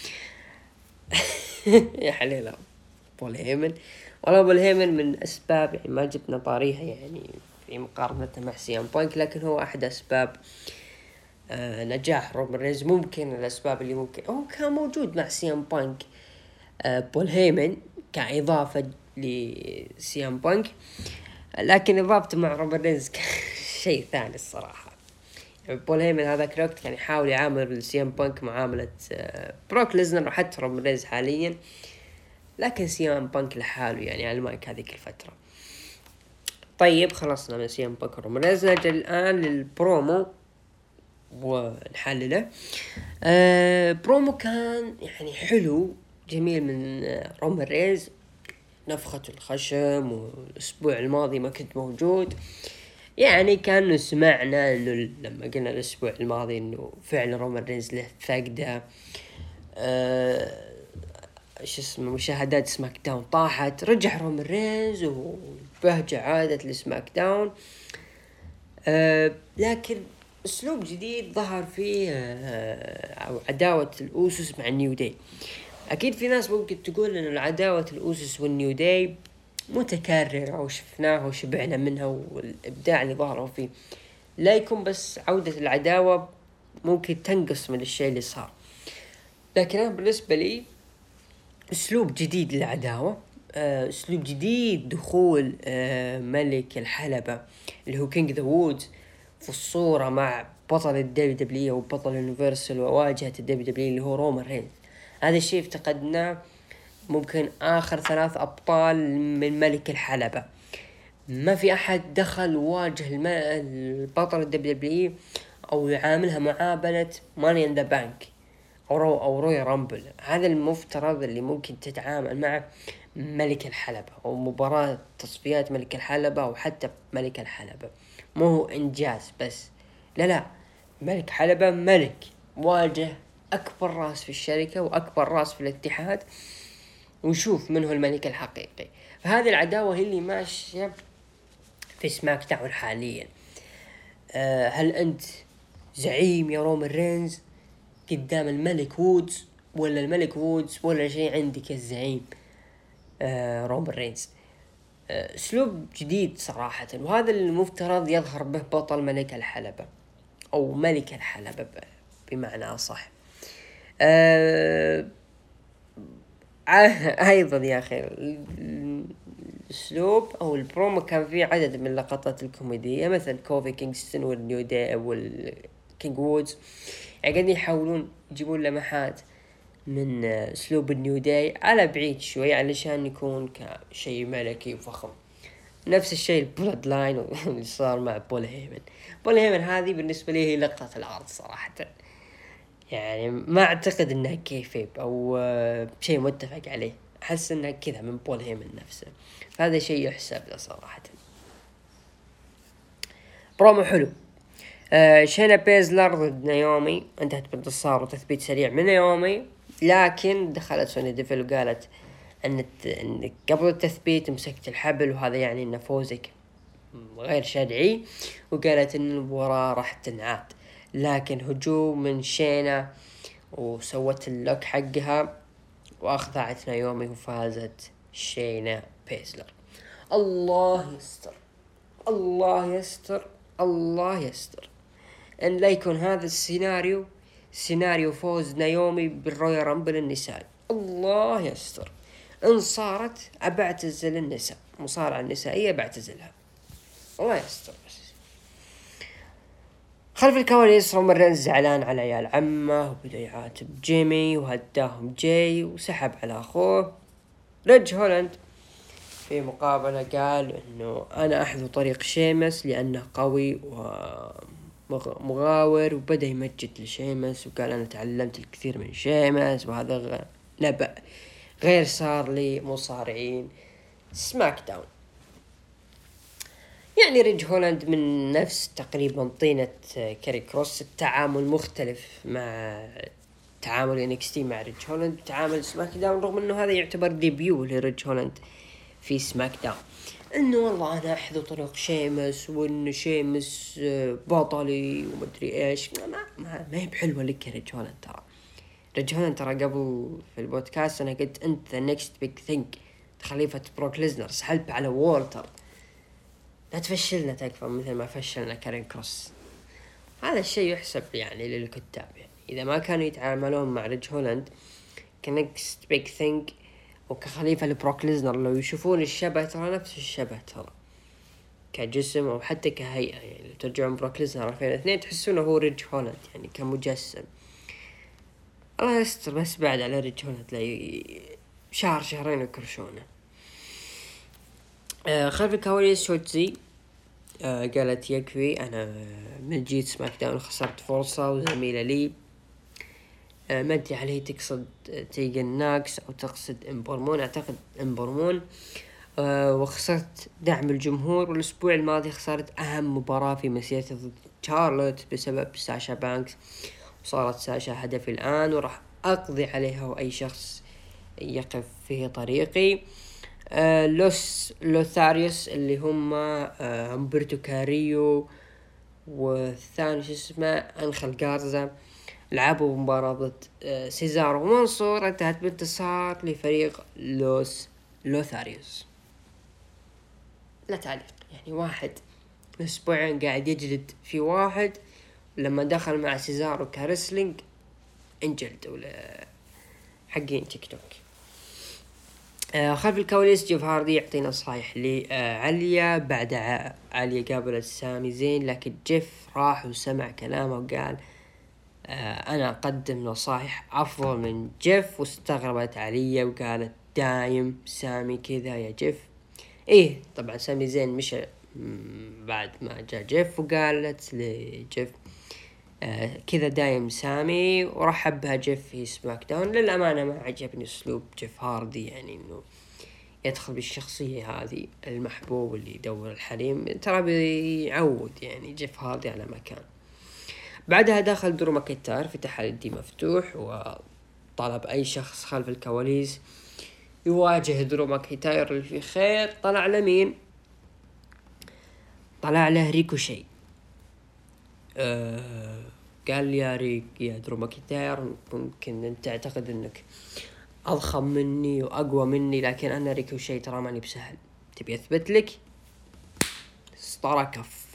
يا حليلة بول هيمن. والله بول هيمن من أسباب يعني ما جبنا طاريها يعني في مقارنته مع سيام بانك، لكن هو أحد أسباب نجاح رومان رينز. ممكن الأسباب اللي ممكن هو كان موجود مع سيام بانك بول هيمن كإضافة لسيام بانك، لكن إضافته مع رومان رينز شيء ثاني الصراحة. يعني بول هيمن هذاك الوقت كان يحاول يعامل سيام بانك معاملة بروك ليزنر وحتى رومان رينز حاليا، لكن سيام بانك لحاله يعني على المايك هذيك الفترة. طيب خلصنا من سيام بانك ورومان رينز، نجي الآن للبرومو ونحلله. برومو كان يعني حلو جميل من رومان رينز، نفخة الخشم، والأسبوع الماضي ما كنت موجود يعني كان سمعنا انه لما قلنا الاسبوع الماضي انه فعلا رومان رينز له فقده ايش اسمه مشاهدات سماك داون طاحت، رجع رومان رينز وبهجة عادت لسماك داون. لكن اسلوب جديد ظهر فيه او عداوة الاوسوس مع النيو داي. اكيد في ناس ممكن تقول ان العداوة الاوسوس والنيو داي متكررة وشفناها وشبعنا منها والابداع اللي ظهروا فيه، لا يكون بس عودة العداوة ممكن تنقص من الشيء اللي صار. لكن أنا بالنسبة لي اسلوب جديد للعداوة، اسلوب جديد دخول ملك الحلبة اللي هو كينج ذا وودز في الصورة مع بطل الدبليو وبطل اليونيفرسال وواجهة الدبليو اللي هو رومان رينز. هذا الشيء افتقدناه ممكن آخر 3 أبطال من ملك الحلبة، ما في أحد دخل وواجه البطل الدبليو أو يعاملها معاملة ماني إن ذا بانك أو روي رامبل. هذا المفترض اللي ممكن تتعامل مع ملك الحلبة أو مباراة تصفيات ملك الحلبة أو حتى ملك الحلبة، مو هو إنجاز بس، لا ملك حلبة ملك واجه أكبر راس في الشركة وأكبر راس في الاتحاد ونشوف من هو الملك الحقيقي. فهذه العداوة هي اللي ماشية في سماك داون حاليا. هل أنت زعيم يا رومان رينز قدام الملك وودز، ولا الملك وودز ولا شيء عندك الزعيم؟ رومان رينز. اسلوب جديد صراحة، وهذا المفترض يظهر به بطل ملك الحلبة او ملك الحلبة بمعنى اصح. ايضا يا اخي الاسلوب او البرومو كان فيه عدد من اللقطات الكوميدية، مثل كوفي كينغستون والنيو داي والكينج وودز، يعني قاعدين يحاولون يجيبون لمحات من اسلوب النيو داي على بعيد شوي علشان يكون كشيء ملكي وفخم. نفس الشيء البلاد لاين اللي صار مع بول هيمن. بول هيمن هذه بالنسبة لي هي لقطة العرض صراحة، يعني ما اعتقد انها كيفيب او شيء متفق عليه، احس انها كذا من بول هيمن نفسه، فهذا شيء يحسب له صراحة. برومو حلو. شينا بيزلر ضد نايومي، انتهت بانتصار وتثبيت سريع من نايومي، لكن دخلت سوني ديفل وقالت ان قبل التثبيت مسكت الحبل، وهذا يعني ان فوزك غير شرعي، وقالت ان المباراة راح تنعاد. لكن هجوم من شينا وسوت اللوك حقها واخضعت نايومي وفازت شينا بيزلر. الله يستر، الله يستر، الله يستر ان لا يكون هذا السيناريو سيناريو فوز نايومي بالرويال رامبل النسائي. الله يستر، ان صارت ابعتزل النساء، مصارعة النسائية بعتزلها، الله يستر. بس خلف الكواليس رومان رينز زعلان على عيال عمه وبدأ يعاتب جيمي وهداهم جاي وسحب على اخوه. ريج هولاند في مقابلة قال انه انا احذو طريق شيمس لانه قوي ومغاور، وبدأ يمجد لشيمس وقال انا تعلمت الكثير من شيمس، وهذا نبأ غير صار لمصارعين سماك داون. يعني ريج هولاند من نفس تقريبا طينة كاري كروس، التعامل مختلف مع تعامل NXT مع ريج هولاند وتعامل سماك داون، رغم انه هذا يعتبر ديبيو لريج هولاند في سماك داون، انه والله انا احذو طريق شيمس وان شيمس بطلي ومدري ايش. ما هي بحلوة لك يا ريج هولاند. ريج هولاند ترى قبل في البودكاست انا قلت انت the next big thing، خليفة بروك ليزنر، سحلت على وولتر، لا تفشلنا تكفى مثل ما فشلنا كارين كروس. هذا الشيء يحسب يعني للكتاب، يعني إذا ما كانوا يتعاملون مع ريج هولاند كنكست بيج ثينج وكخليفة لبروك ليزنر، لو يشوفون الشبه ترى نفس الشبه ترى كجسم أو حتى كهيئة، يعني لو ترجعون بروك ليزنر 2002 تحسونه هو ريج هولاند يعني كمجسم. الله يستر، بس بعد على ريج هولاند لا شهر شهرين يكرشونه. خلف الكواليس شوتزي قالت يكفي، أنا من جيت سماك داون خسرت فرصة وزميلة لي، ما أدري هل هي تقصد تيجن ناكس أو تقصد إمبورمون، أعتقد إمبورمون، وخسرت دعم الجمهور، والأسبوع الماضي خسرت أهم مباراة في مسيرتي ضد شارلوت بسبب ساشا بانكس، وصارت ساشا هدفي الآن وراح أقضي عليها وأي شخص يقف في طريقي. لوس لوثاريوس اللي هم همبرتو كاريو والثاني شو اسمه أنخل غارزا لعبوا مباراة ضد سيزارو ومنصور، انتهت بانتصار لفريق لوس لوثاريوس. لا تعليق، يعني واحد اسبوعين قاعد يجلد في واحد، ولما دخل مع سيزارو كارسلينج انجلد ولا حقين تيك توك. خلف الكواليس جيف هاردي يعطي نصايح لعليا بعد عليا قابلت سامي زين، لكن جيف راح وسمع كلامه وقال أنا أقدم نصائح أفضل من جيف، واستغربت عليا وقالت دايم سامي كذا يا جيف. إيه طبعا سامي زين مشى بعد ما جاء جيف، وقالت لجيف كذا دايم سامي، ورحب بها جيف في سماك داون. للأمانة ما عجبني أسلوب جيف هاردي، يعني إنه يدخل بالشخصية هذه المحبوب اللي يدور الحريم، ترى بيعود يعني جيف هاردي على مكان. بعدها دخل درو ماكنتاير في تحدي مفتوح وطلب أي شخص خلف الكواليس يواجه درو ماكنتاير اللي في خير. طلع له مين؟ طلع له ريكوشي. قال يا درو ماكنتاير ممكن أن تعتقد أنك اضخم مني واقوى مني، لكن انا ريكوشي ترى ماني بسهل. تبي اثبت لك؟ سطر كف،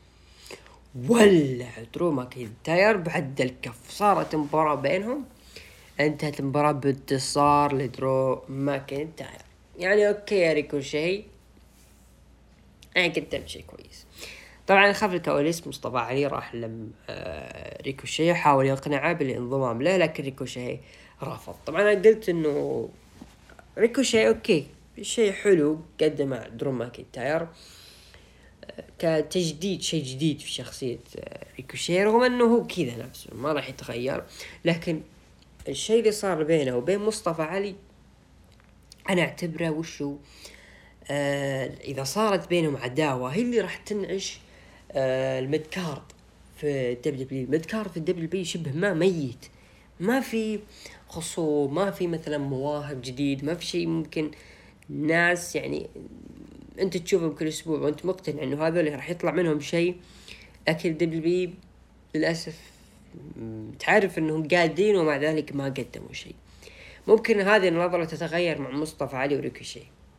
ولع درو ماكنتاير بعد الكف. صارت مباراة بينهم، انتهت المباراة بانتصار لدرو ماكنتاير. يعني اوكي يا ريكوشي، انا قدمت شيء كويس. طبعا خلف الكواليس مصطفى علي راح لم ريكوشي، حاول يقنعه بالانضمام له، لكن ريكوشي رفض. طبعا انا قلت انه ريكوشي اوكي شيء حلو قدمه درو ماكنتاير كتجديد، شيء جديد في شخصية ريكوشي، رغم انه هو كذا نفسه ما راح يتغير. لكن الشيء اللي صار بينه وبين مصطفى علي انا اعتبره وشو اذا صارت بينهم عداوة هي اللي راح تنعش الميدكارد في دبليو. الميدكارد في دبليو شبه ما ميت، ما في خصوم، ما في مثلا مواهب جديد، ما في شيء ممكن ناس يعني انت تشوفهم كل اسبوع وانت مقتنع انه هذول راح يطلع منهم شيء. لكن دبليو للاسف تعرف انهم قادين ومع ذلك ما قدموا شيء. ممكن هذه النظرة تتغير مع مصطفى علي وريكوشي،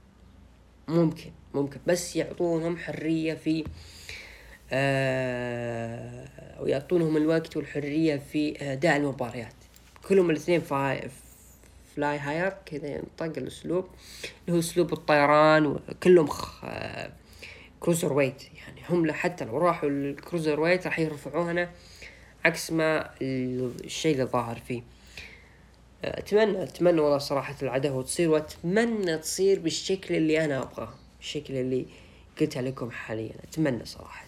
ممكن بس يعطونهم حرية في ويعطونهم الوقت والحرية في أداء المباريات. كلهم الاثنين فلاي هاير كذا ينطق الأسلوب اللي هو أسلوب الطيران، وكلهم كروزر ويت. يعني هم حتى لو راحوا الكروزر ويت راح يرفعوهنا عكس ما الشيء اللي ظاهر فيه. أتمنى والله صراحة العداوة تصير، وأتمنى تصير بالشكل اللي أنا أبغاه، الشكل اللي قلتها لكم حاليا. أتمنى صراحة.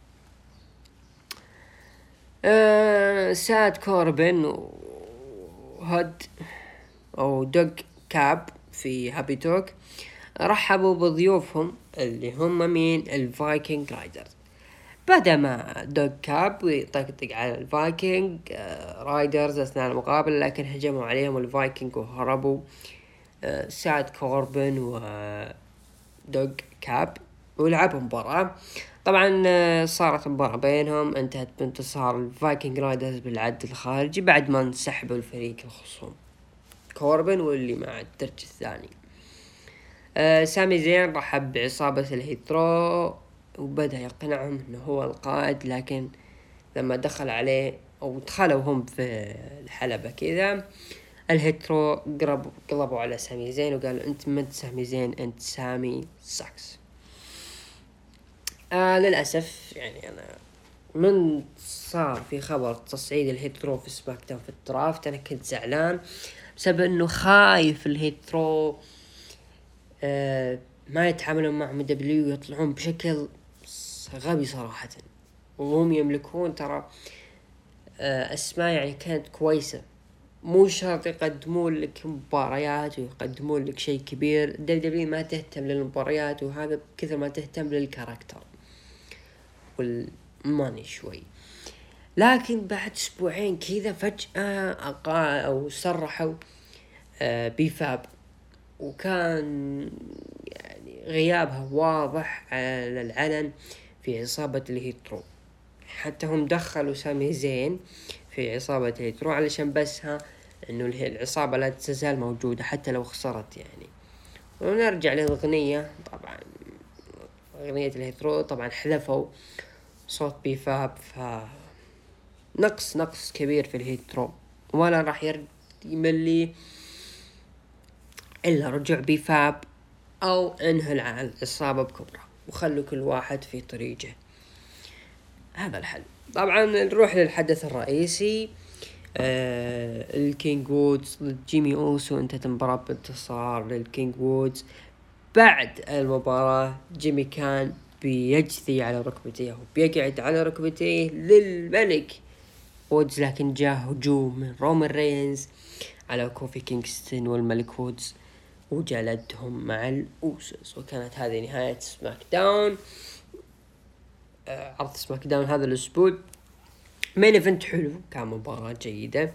ساد كوربن وهد أو دوغ كاب في هابي توك رحبوا بضيوفهم اللي هم مين؟ الفايكنج رايدرز. بدأ مع دوغ كاب ويطقطق على الفايكنج رايدرز أثناء المقابلة، لكن هجموا عليهم الفايكنج وهربوا ساد كوربن ودوغ كاب ولعبوا مباراة. طبعا صارت مباراة بينهم، انتهت بانتصار الفايكنج رايدرز بالعد الخارجي بعد ما انسحبوا الفريق الخصوم كوربن واللي مع الدرج الثاني. سامي زين رحب بعصابة الهيترو وبدأ يقنعهم انه هو القائد، لكن لما دخل عليه او دخلوا هم في الحلبة كذا الهيترو قلبوا على سامي زين وقالوا انت ما انت سامي زين، انت سامي ساكس. للأسف يعني أنا من صار في خبر تصعيد الهيترو في سماك داون في الدرافت أنا كنت زعلان بسبب أنه خايف الهيترو ما يتعاملون مع دبليو ويطلعون بشكل غبي صراحة، وهم يملكون ترى أسماء يعني كانت كويسة. مو شرط يقدمون لك مباريات ويقدمون لك شيء كبير. دبليو ما تهتم للمباريات وهذا بكثر ما تهتم للكاركتر والماني شوي. لكن بعد اسبوعين كذا فجأة او صرحوا بيفاب، وكان يعني غيابها واضح على العلن في عصابة الهيترو. حتى هم دخلوا سامي زين في عصابة الهيترو علشان بسها انه العصابة لا تزال موجودة حتى لو خسرت يعني. ونرجع للأغنية. طبعا أغنية الهيترو طبعا حذفوا صوت بيفاب، نقص كبير في الهيترو، ولا راح يملي إلا رجوع بيفاب أو انهوا العصابة بكبرى وخلوا كل واحد في طريقه. هذا الحل. طبعا نروح للحدث الرئيسي. الكينج وودز ضد جيمي أوسو، انتهت المباراة بانتصار للكينج وودز. بعد المباراة جيمي كان بيجثي على ركبتيه وبيقعد على ركبتيه للملك وودز، لكن جاء هجوم من رومان رينز على كوفي كينغستون والملك وودز وجلدهم مع الأوسوس. وكانت هذه نهاية سماك داون. عرض سماك داون هذا الأسبوع مين ايفنت حلو، كان مباراة جيدة.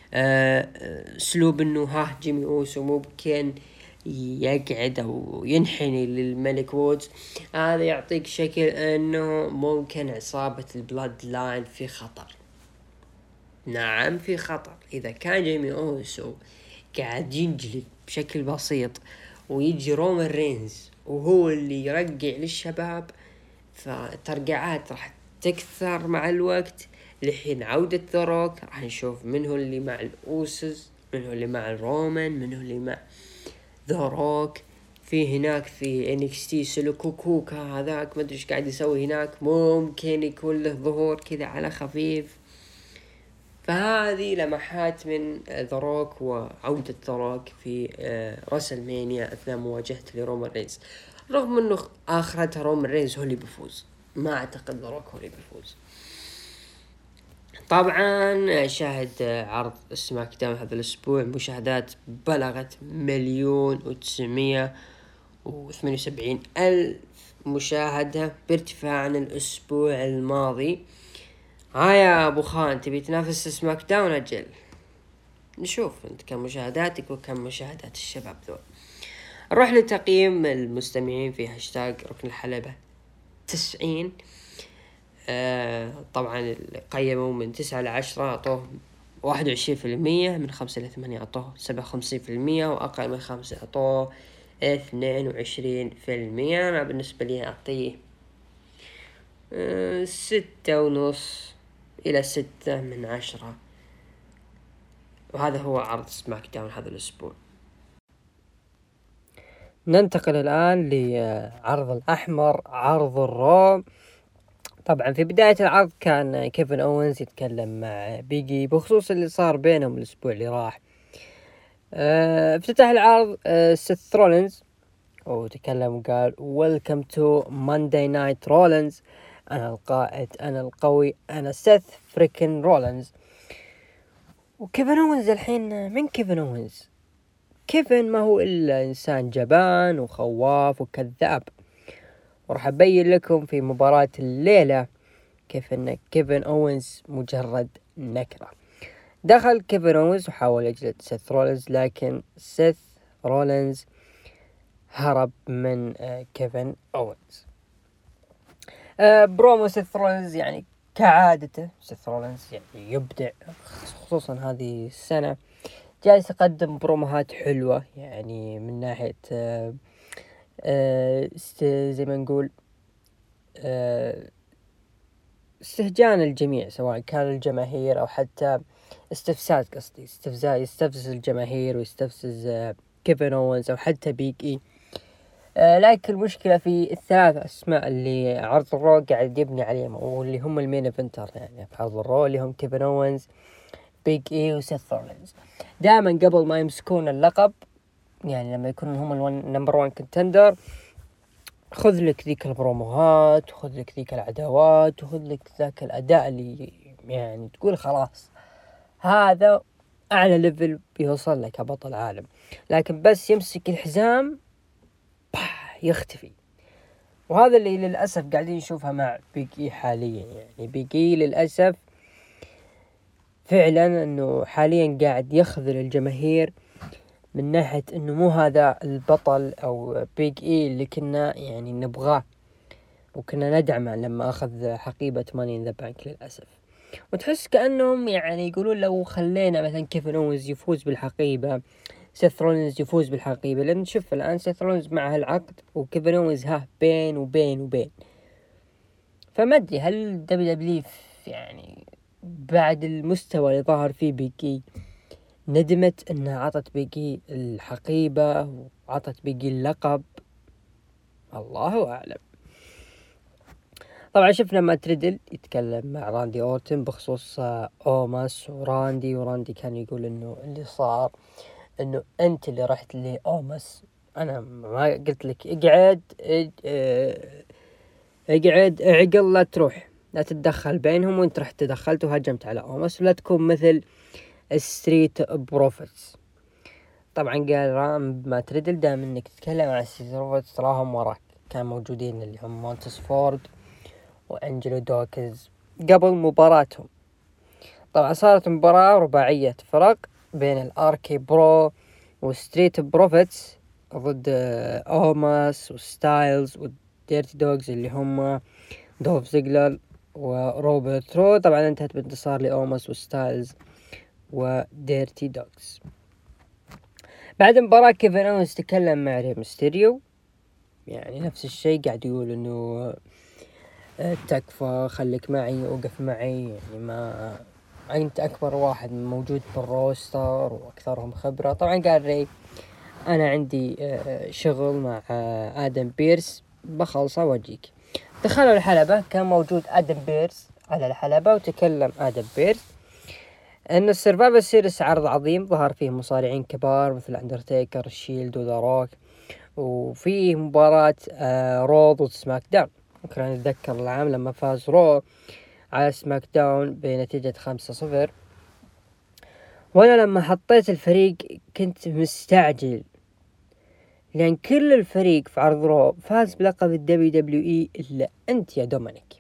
اسلوب انه جيمي أوسو ممكن يقعد او ينحني للملك وودز، هذا يعطيك شكل انه ممكن عصابة البلاد لاين في خطر. نعم في خطر. اذا كان جيمي أوسو قاعد ينجلد بشكل بسيط، ويجي رومان رينز وهو اللي يرجع للشباب، فالترقعات راح تكثر مع الوقت. لحين عودة ذا روك راح نشوف منه اللي مع الأوسس، منه اللي مع الرومان، منه اللي مع ذا روك. في هناك في NXT سلوكوكوكا هذاك ما ادري ايش قاعد يسوي هناك، ممكن يكون له ظهور كذا على خفيف. فهذه لمحات من ذا روك وعودة ذا روك في راسل مانيا أثناء مواجهته لرومان رينز، رغم انه اخرتها رومان رينز هو اللي بيفوز. ما اعتقد ذا روك هو اللي بيفوز. طبعا شاهد عرض سماك داون هذا الاسبوع، مشاهدات بلغت 1,978,000 مشاهدة، بارتفاع عن الاسبوع الماضي. يا ابو خان، تبي تنافس سماك داون؟ اجل نشوف انت كم مشاهداتك وكم مشاهدات الشباب ذول. نروح لتقييم المستمعين في هاشتاج ركن الحلبة 90. طبعا قيموا من 9 ل10 أعطوه 21%، من 5 ل8 أعطوه 57%، وأقل من 5 أعطوه 22%. أنا بالنسبة لي أعطيه 6.5 إلى 6/10. وهذا هو عرض سماك داون هذا الأسبوع. ننتقل الآن لعرض الأحمر، عرض الرو. طبعا في بداية العرض كان كيفن أوينز يتكلم مع بيجي بخصوص اللي صار بينهم الأسبوع اللي راح. افتتح العرض سيث رولينز وتكلم وقال Welcome to Monday Night Rollins، أنا القائد، أنا القوي، أنا سيث فريكن رولينز. وكيفن أوينز الحين من كيفن أوينز؟ كيفن ما هو إلا إنسان جبان وخواف وكذاب، وراح أبين لكم في مباراة الليلة كيف أن كيفن أوينز مجرد نكرة. دخل كيفن أوينز وحاول يجلد سيث رولينز، لكن سيث رولينز هرب من كيفن أوينز. برومو سيث رولينز يعني كعادته، سيث رولينز يعني يبدع، خصوصا هذه السنة جالس يقدم بروموهات حلوة، يعني من ناحية زي ما نقول استهجان الجميع، سواء كان الجماهير أو حتى استفزاز، قصدي يستفزز الجماهير ويستفزز كيفن أوينز أو حتى بيج إي. لكن المشكلة في الثلاث أسماء اللي عرض الرو قاعد يبني عليهم، واللي هم المين إيفنتر يعني في عرض الرو، اللي هم كيفن أوينز، بيج إي، وسيث رولينز. دائما قبل ما يمسكون اللقب، يعني لما يكونون هم النمبر 1 كونتندر، خذ لك ذيك البروموهات، وخذ لك ذيك العداوات، وخذ لك ذاك الأداء اللي يعني تقول خلاص هذا أعلى ليفل بيوصل لك كبطل عالم. لكن بس يمسك الحزام يختفي. وهذا اللي للأسف قاعدين نشوفها مع بيجي حاليا. يعني بيجي للأسف فعلا أنه حاليا قاعد يخذل الجماهير، من ناحية أنه مو هذا البطل أو بيج إي اللي كنا يعني نبغاه وكنا ندعمه لما أخذ حقيبة ماني إن ذا بانك للأسف. وتحس كأنهم يعني يقولون لو خلينا مثلا كيفن أوينز يفوز بالحقيبة، سيث رولينز يفوز بالحقيبة، لأن شوف الآن سيث رولينز معه العقد وكيفن أوينز بين وبين. فما أدري هل دبليو يعني بعد المستوى اللي ظهر فيه بيجي ندمت انها عطت بيجي الحقيبة وعطت بيجي اللقب، الله اعلم. طبعا شفنا ما تريدل يتكلم مع راندي اورتن بخصوص اوماس وراندي كان يقول انه اللي صار انه انت اللي رحت لاوماس، انا ما قلت لك اقعد عقل، لا تروح لا تتدخل بينهم، وانت رحت تدخلت وهجمت على اوماس، ولا تكون مثل ستريت بروفيتس. طبعا قال رام ما تريدل دام انك تتكلم عن ستريت بروفيتس تراهم وراك، كان موجودين اللي هم مونتس فورد وانجلو دوكز قبل مباراتهم. طبعا صارت مباراة رباعية فرق بين الاركي برو وستريت بروفيتس ضد اوماس وستايلز والديرتي دوغز اللي هم دوف زيجلر وروبرت رو. طبعا انتهت بانتصار لأوماس وستايلز وديرتي دوغز. بعد المباراة كيفن أونز تكلم مع ري ميستيريو، يعني نفس الشيء، قاعد يقول انه تكفى، خليك معي، اوقف معي، يعني ما انت اكبر واحد موجود بالروستر واكثرهم خبرة. طبعا قال ري انا عندي شغل مع ادم بيرس بخلصه واجيك. دخلوا الحلبة، كان موجود ادم بيرس على الحلبة، وتكلم ادم بيرس ان السرفايفر سيريس عرض عظيم ظهر فيه مصارعين كبار مثل اندرتيكر، الشيلد، وذا روك، وفي مباراة رود وسماك داون. ممكن نتذكر العام لما فاز رو على سماك داون بنتيجة 5-0. وانا لما حطيت الفريق كنت مستعجل، لان كل الفريق في عرض رو فاز بلقب WWE الا انت يا دومينيك.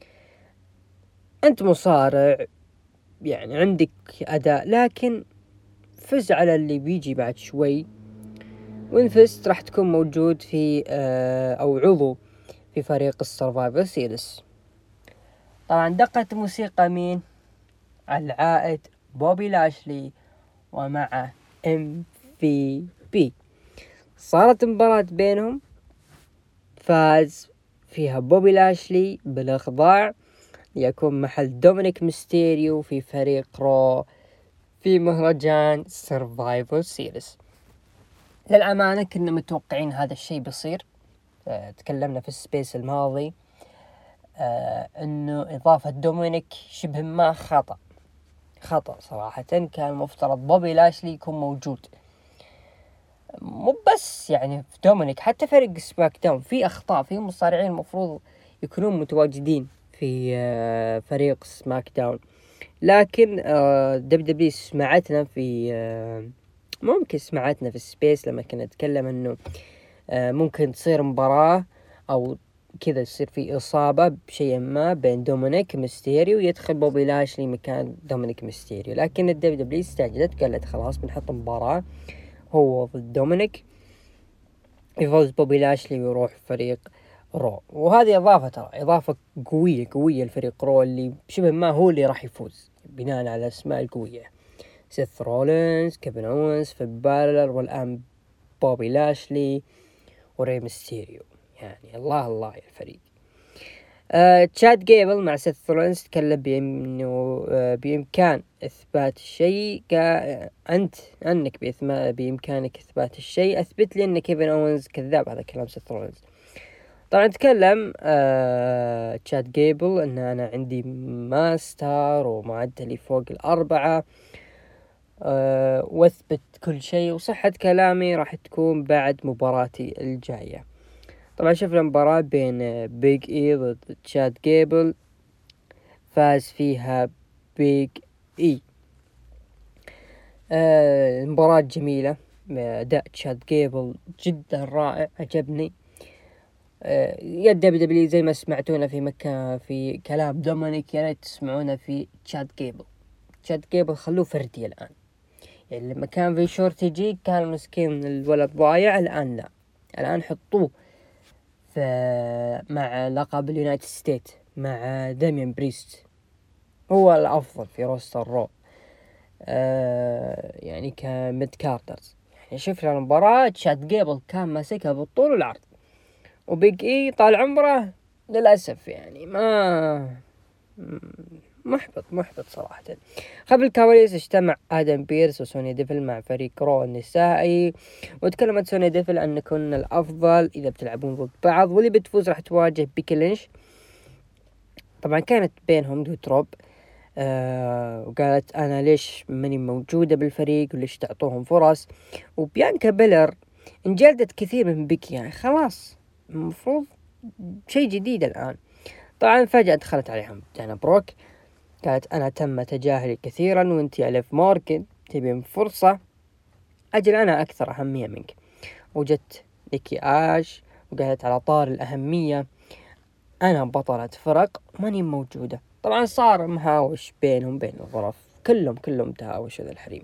انت مصارع، يعني عندك اداء، لكن فز على اللي بيجي بعد شوي، وإن فزت راح تكون موجود في أو عضو في فريق السرفايفر سيريس. طبعا دقت موسيقى مين؟ العائد بوبي لاشلي ومع MVP. صارت مباراة بينهم، فاز فيها بوبي لاشلي بالإخضاع ليكون محل دومينيك ميستيريو في فريق رو في مهرجان سرفايفر سيريس. للأمانة كنا متوقعين هذا الشيء بيصير. تكلمنا في السبيس الماضي انه اضافة دومينيك شبه ما خطأ صراحة. كان مفترض بوبي لاشلي يكون موجود، مو بس يعني في دومينيك، حتى فريق سماك داون في اخطاء، في مصارعين المفروض يكونون متواجدين في فريق سماك داون. لكن دبليو سمعتنا في ممكن سمعتنا في السبيس لما كنا نتكلم انه ممكن تصير مباراة او كذا يصير في إصابة بشيء ما بين دومينيك ميستيريو، يدخل بوبي لاشلي مكان دومينيك ميستيريو. لكن الدبليو استعجلت، قالت خلاص بنحط مباراة هو ضد دومينيك، يفوز بوبي لاشلي ويروح فريق رو. وهذه إضافة، ترى إضافة قوية لفريق رو، اللي شبه ما هو اللي راح يفوز بناء على الأسماء القوية: سيث رولينز، كيفن أوينز، فين بالر، والآن بوبي لاشلي وري ميستيريو. يعني الله يا الفريق. تشاد جيبل مع سيث رولينز تكلم بأنه بإمكان إثبات الشيء. أنك بإمكانك إثبات الشيء، أثبت لي أن كيفن أوينز كذاب. هذا كلام سيث رولينز. طبعا تكلم تشاد جيبل أن أنا عندي ماستر ومعدلي فوق 4، واثبت كل شيء، وصحة كلامي راح تكون بعد مباراتي الجاية. طبعا شفنا مباراة بين بيج اي ضد تشاد جيبل، فاز فيها بيج اي. المباراة جميلة، أداء تشاد جيبل جدا رائع، عجبني. يا دبليو زي ما سمعتونا في مكان في كلام دومينيك، يا ريت تسمعونا في تشاد جيبل خلوه فردي الآن. يعني لما كان في شورتجي كان مسكين الولد ضايع، الآن لا، الآن حطوه مع لقب اليونايتد ستيت مع داميان بريست، هو الأفضل في روستر رو. يعني كميد كارترز. يعني شفنا المباراة، تشاد جيبل كان ماسكها بالطول والعرض، وبيج اي طال عمره للأسف يعني ما محبط صراحة. قبل الكواليس اجتمع آدم بيرس وسوني ديفل مع فريق رو النسائي، وتكلمت سوني ديفل أن كنا الأفضل إذا بتلعبون ضد بعض، واللي بتفوز راح تواجه بيكي لينش. طبعا كانت بينهم دوتروب، وقالت أنا ليش ماني موجودة بالفريق وليش تعطوهم فرص. وبيانكا بيلر انجلدت كثير من بيكي، يعني خلاص المفروض شيء جديد الآن. طبعا فجأة دخلت عليهم دانا بروك، قالت أنا تم تجاهلي كثيرا، وانت يا ليف مورغان تبين فرصة، أجل أنا أكثر أهمية منك. وجت نيكي آش وقالت على طار الأهمية أنا بطلة فرق ماني موجودة. طبعا صار مهاوش بينهم بين الظرف، كلهم تهاوشوا ذا الحريم.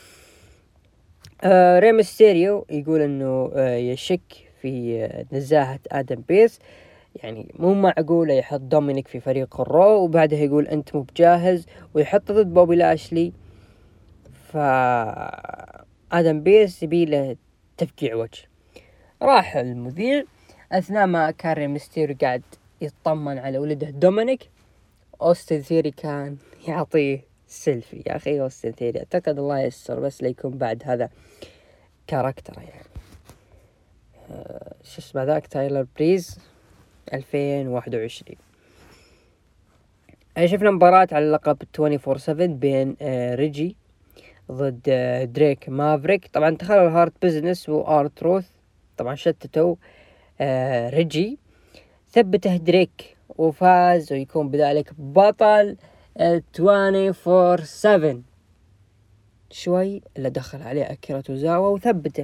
ري ميستيريو يقول انه يشك في نزاهة آدم بيرس، يعني مو معقولة يحط دومينيك في فريق الرو وبعدها يقول انت مو بجاهز ويحط ضد بوبي لاشلي. آدم بيرس يبيله تفقيع وجه. راح المذيع أثناء ما كان ميستيريو قاعد يطمن على ولده دومينيك، أوستن ثيري كان يعطيه سيلفي. يا أخي أوستن ثيري أعتقد الله يستر بس ليكون بعد هذا كاركتر يعني. شو اسمه ذاك تايلر بريز 2021. شفنا مباراة على لقب 24/7 بين ريجي ضد دريك مافريك. طبعا دخلوا الهارت بزنس وآرت روث، طبعا شتتوا ريجي، ثبته دريك وفاز ويكون بذلك بطل 24/7. شوي اللي دخل عليه أكيرا توزاوا وثبته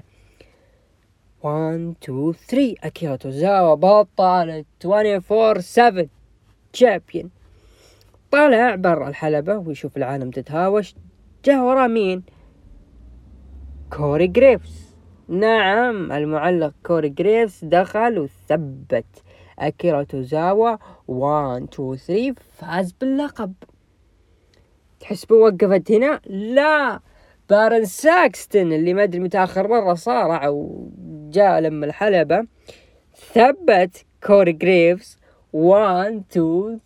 1 2 3 أكيرا توزاوا بطل 24/7 تشامبيون. طالع برا الحلبة ويشوف العالم تتهاوش، جاء وراه مين؟ كوري جريفز. نعم المعلق كوري جريفز دخل وثبت أكيرا توزاوا 1 2 3 فاز باللقب. تحسبوا وقفت هنا؟ لا، بارن ساكستن اللي ما ادري متاخر مره صارع وجاء لما الحلبة ثبت كوري جريفز 1 2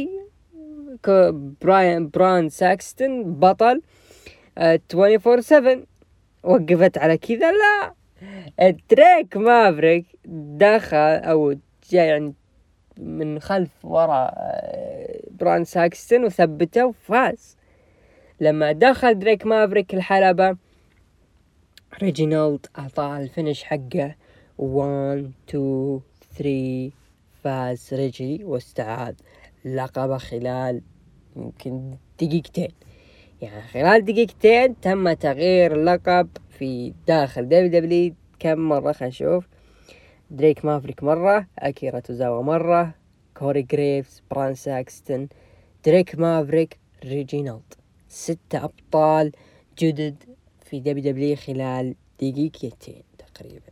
3 بران ساكستن بطل 24/7. وقفت على كذا؟ لا، دريك مافريك دخل او جاء يعني من خلف وراء بران ساكستن وثبته وفاز. لما دخل دريك مافريك الحلبة ريجينالد أعطاه الفينش حقه 1 2 3 فاز ريجي واستعاد لقبه خلال يمكن دقيقتين. يعني خلال دقيقتين تم تغيير اللقب في داخل دبليو. كم مرة؟ خلينا نشوف. دريك مافريك مرة، أكيرا توزاوا مرة، كوري جريفز، بران ساكستن، دريك مافريك، ريجينالد. 6 أبطال جدد في دبليو خلال دقيقتين تقريبا.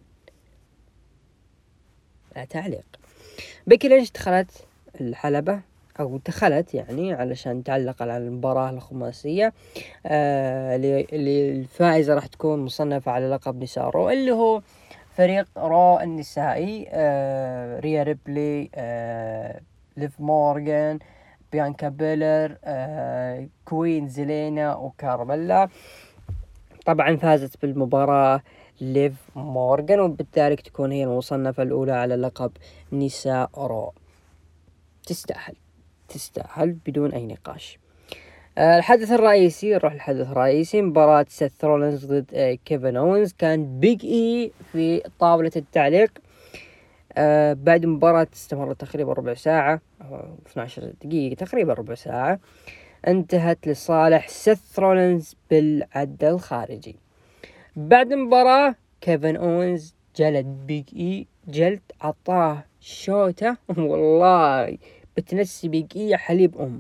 لا تعليق. بيكي لينش دخلت الحلبة أو دخلت يعني علشان تعلق على المباراة الخماسية اللي الفائزة راح تكون مصنفة على لقب نساء رو، اللي هو فريق رو النسائي. ريا ريبلي، ليف مورغان، بيانكا بيلر، كوين زيلينا وكارميلا. طبعا فازت بالمباراة ليف مورغان وبالتالي تكون هي المصنفة الأولى على لقب نساء رو. تستاهل بدون أي نقاش. الحدث الرئيسي، نروح الحدث الرئيسي، مباراة سيث رولينز ضد كيفن أوينز. كان بيج إي في طاولة التعليق. بعد مباراة استمرت تقريبا ربع ساعة أو 12 دقيقة، تقريبا ربع ساعة، انتهت لصالح سيث رولينز بالعد الخارجي. بعد المباراة كيفن أوينز جلد بيج إي جلد، عطاه شوته والله بتنسي بيج إي حليب أمه.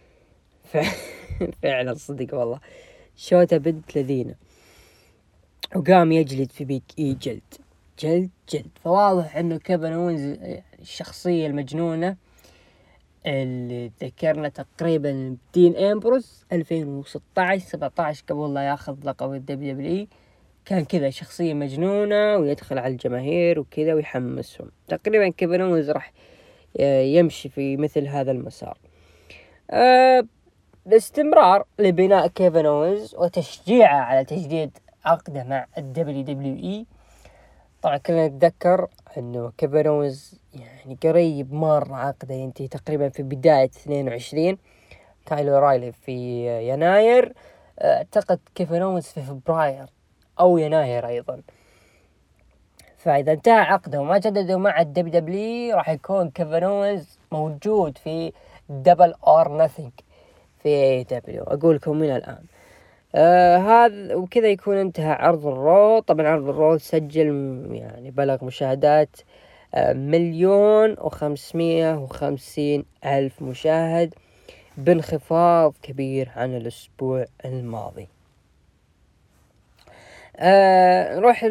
فعلا صدق والله شوته بنت لذينة، وقام يجلد في بيج إي جلد. فواضح انه كيفن أوينز الشخصية المجنونة اللي ذكرنا تقريبا دين امبروس 2016-17 قبل لا ياخذ لقب الدبليو. كان كذا شخصية مجنونة ويدخل على الجماهير وكذا ويحمسهم. تقريبا كيفن أوينز راح يمشي في مثل هذا المسار. الاستمرار لبناء كيفن أوينز وتشجيعه على تجديد عقده مع الدبليو. طبعا كلنا نتذكر انه كيفن أوينز يعني قريب مرة عقده ينتهي تقريبا في بداية 22. كايلو رايلي في يناير، اعتقد كيفن أوينز في فبراير او يناير ايضا. فاذا انتهى عقده وما جددوا مع الدبليو راح يكون كيفن أوينز موجود في دبل اور نثينج في دبليو. اقول لكم من الان هذا وكذا يكون انتهى عرض الرو. طبعا عرض الرو سجل يعني بلغ مشاهدات 1,550,000 مشاهد، بانخفاض كبير عن الأسبوع الماضي. نروح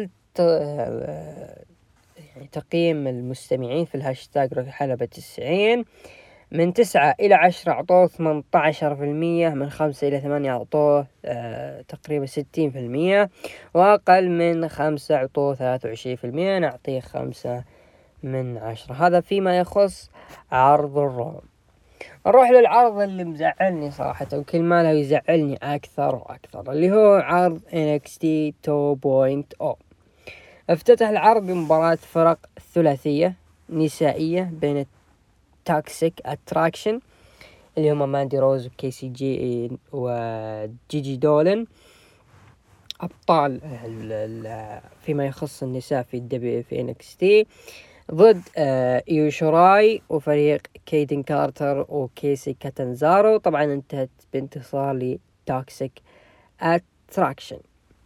يعني تقييم المستمعين في الهاشتاج حلبة 90. من 9 إلى 10 أعطوه 18%، من 5 إلى 8 أعطوه تقريبا 60%، وأقل من 5 أعطوه 23%. نعطيه 5/10. هذا فيما يخص عرض الروم. نروح للعرض اللي مزعلني صراحة، وكل ما له يزعلني أكثر وأكثر، اللي هو عرض NXT 2.0. افتتح العرض بمباراة فرق ثلاثية نسائية بين توكسيك اتراكشن اللي هم ماندي روز وكيسي جي وجيجي دولن، أبطال فيما يخص النساء في NXT، ضد إيو شوراي وفريق كيدن كارتر وكيسي كاتنزارو. طبعا انتهت بانتصار لتوكسيك اتراكشن.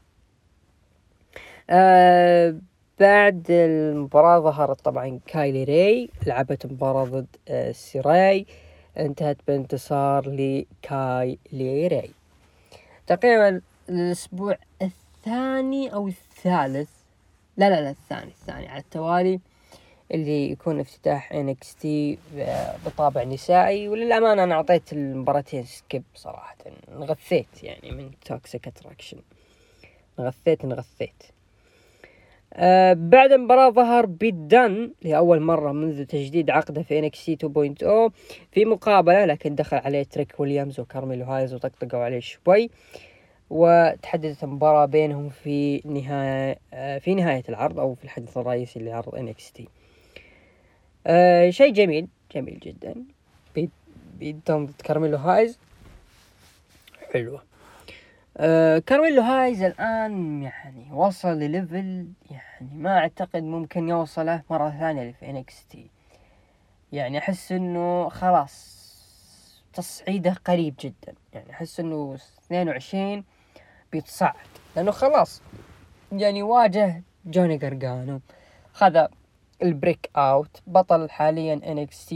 بعد المباراة ظهرت طبعا كايلي راي، لعبت مباراة ضد سيراي، انتهت بانتصار لكايلي راي. تقريبا الاسبوع الثاني او الثالث، لا الثاني على التوالي اللي يكون افتتاح NXT بطابع نسائي. وللأمانة أنا أعطيت المباراتين سكيب صراحة، نغثيت يعني من توكسيك اتراكشن، نغثيت. بعد المباراة ظهر بيت دان لأول مرة منذ تجديد عقده في NXT 2.0 في مقابلة، لكن دخل عليه تريك ويليامز وكارميلو هايز وطقطقوا عليه شوي، وتحددت المباراة بينهم في نهاية العرض أو في الحدث الرئيسي لعرض NXT. شيء جميل جدا. بيت دان ضد كارميلو هايز، حلوة. كارميلو هايز الآن يعني وصل لليفل يعني ما أعتقد ممكن يوصله مرة ثانية في NXT. يعني أحس إنه خلاص تصعيده قريب جدا، يعني أحس إنه 22 بيتصعد، لأنه خلاص يعني واجه جوني غارغانو، خذ البريك أوت، بطل حاليا NXT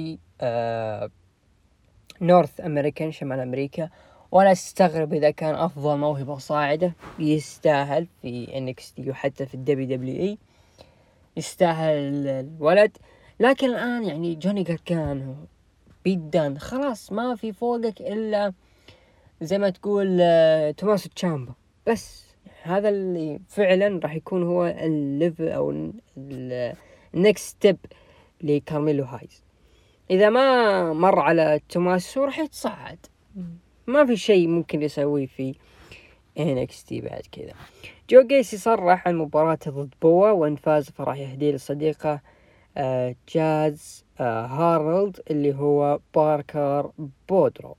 نورث أمريكان، شمال أمريكا، ولا استغرب إذا كان أفضل موهبة صاعدة. يستاهل في NXT وحتى في WWE، يستاهل الولد. لكن الآن يعني جوني غارغانو، بيت دان، خلاص ما في فوقك إلا زي ما تقول توماس تشامبا بس. هذا اللي فعلا راح يكون هو الليفل أو النكست ستيب لكارميلو هايز. إذا ما مر على توماسو راح يتصعد، ما في شيء ممكن يسويه في NXT بعد كذا. جو جيسي صرح عن مباراته ضد بوا، وإن فاز فراح يهديه لصديقه جاز هارولد اللي هو باركر بودرو.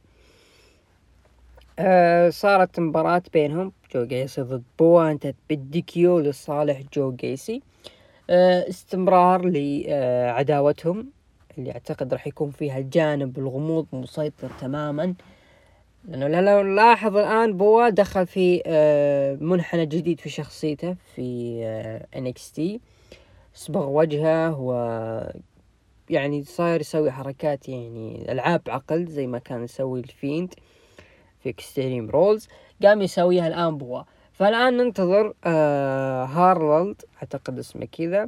صارت مباراة بينهم جو جيسي ضد بوا، انتهت بالديكيو لصالح جو جيسي. استمرار لعداوتهم اللي اعتقد راح يكون فيها الجانب الغموض مسيطر تماما، لانه لو نلاحظ الان بوا دخل في منحنى جديد في شخصيته في NXT، صبغ وجهه و يعني صاير يسوي حركات يعني العاب عقل زي ما كان يسوي الفيند في اكستريم رولز، قام يسويها الان بوا. فالان ننتظر هارولد اعتقد اسمه كذا،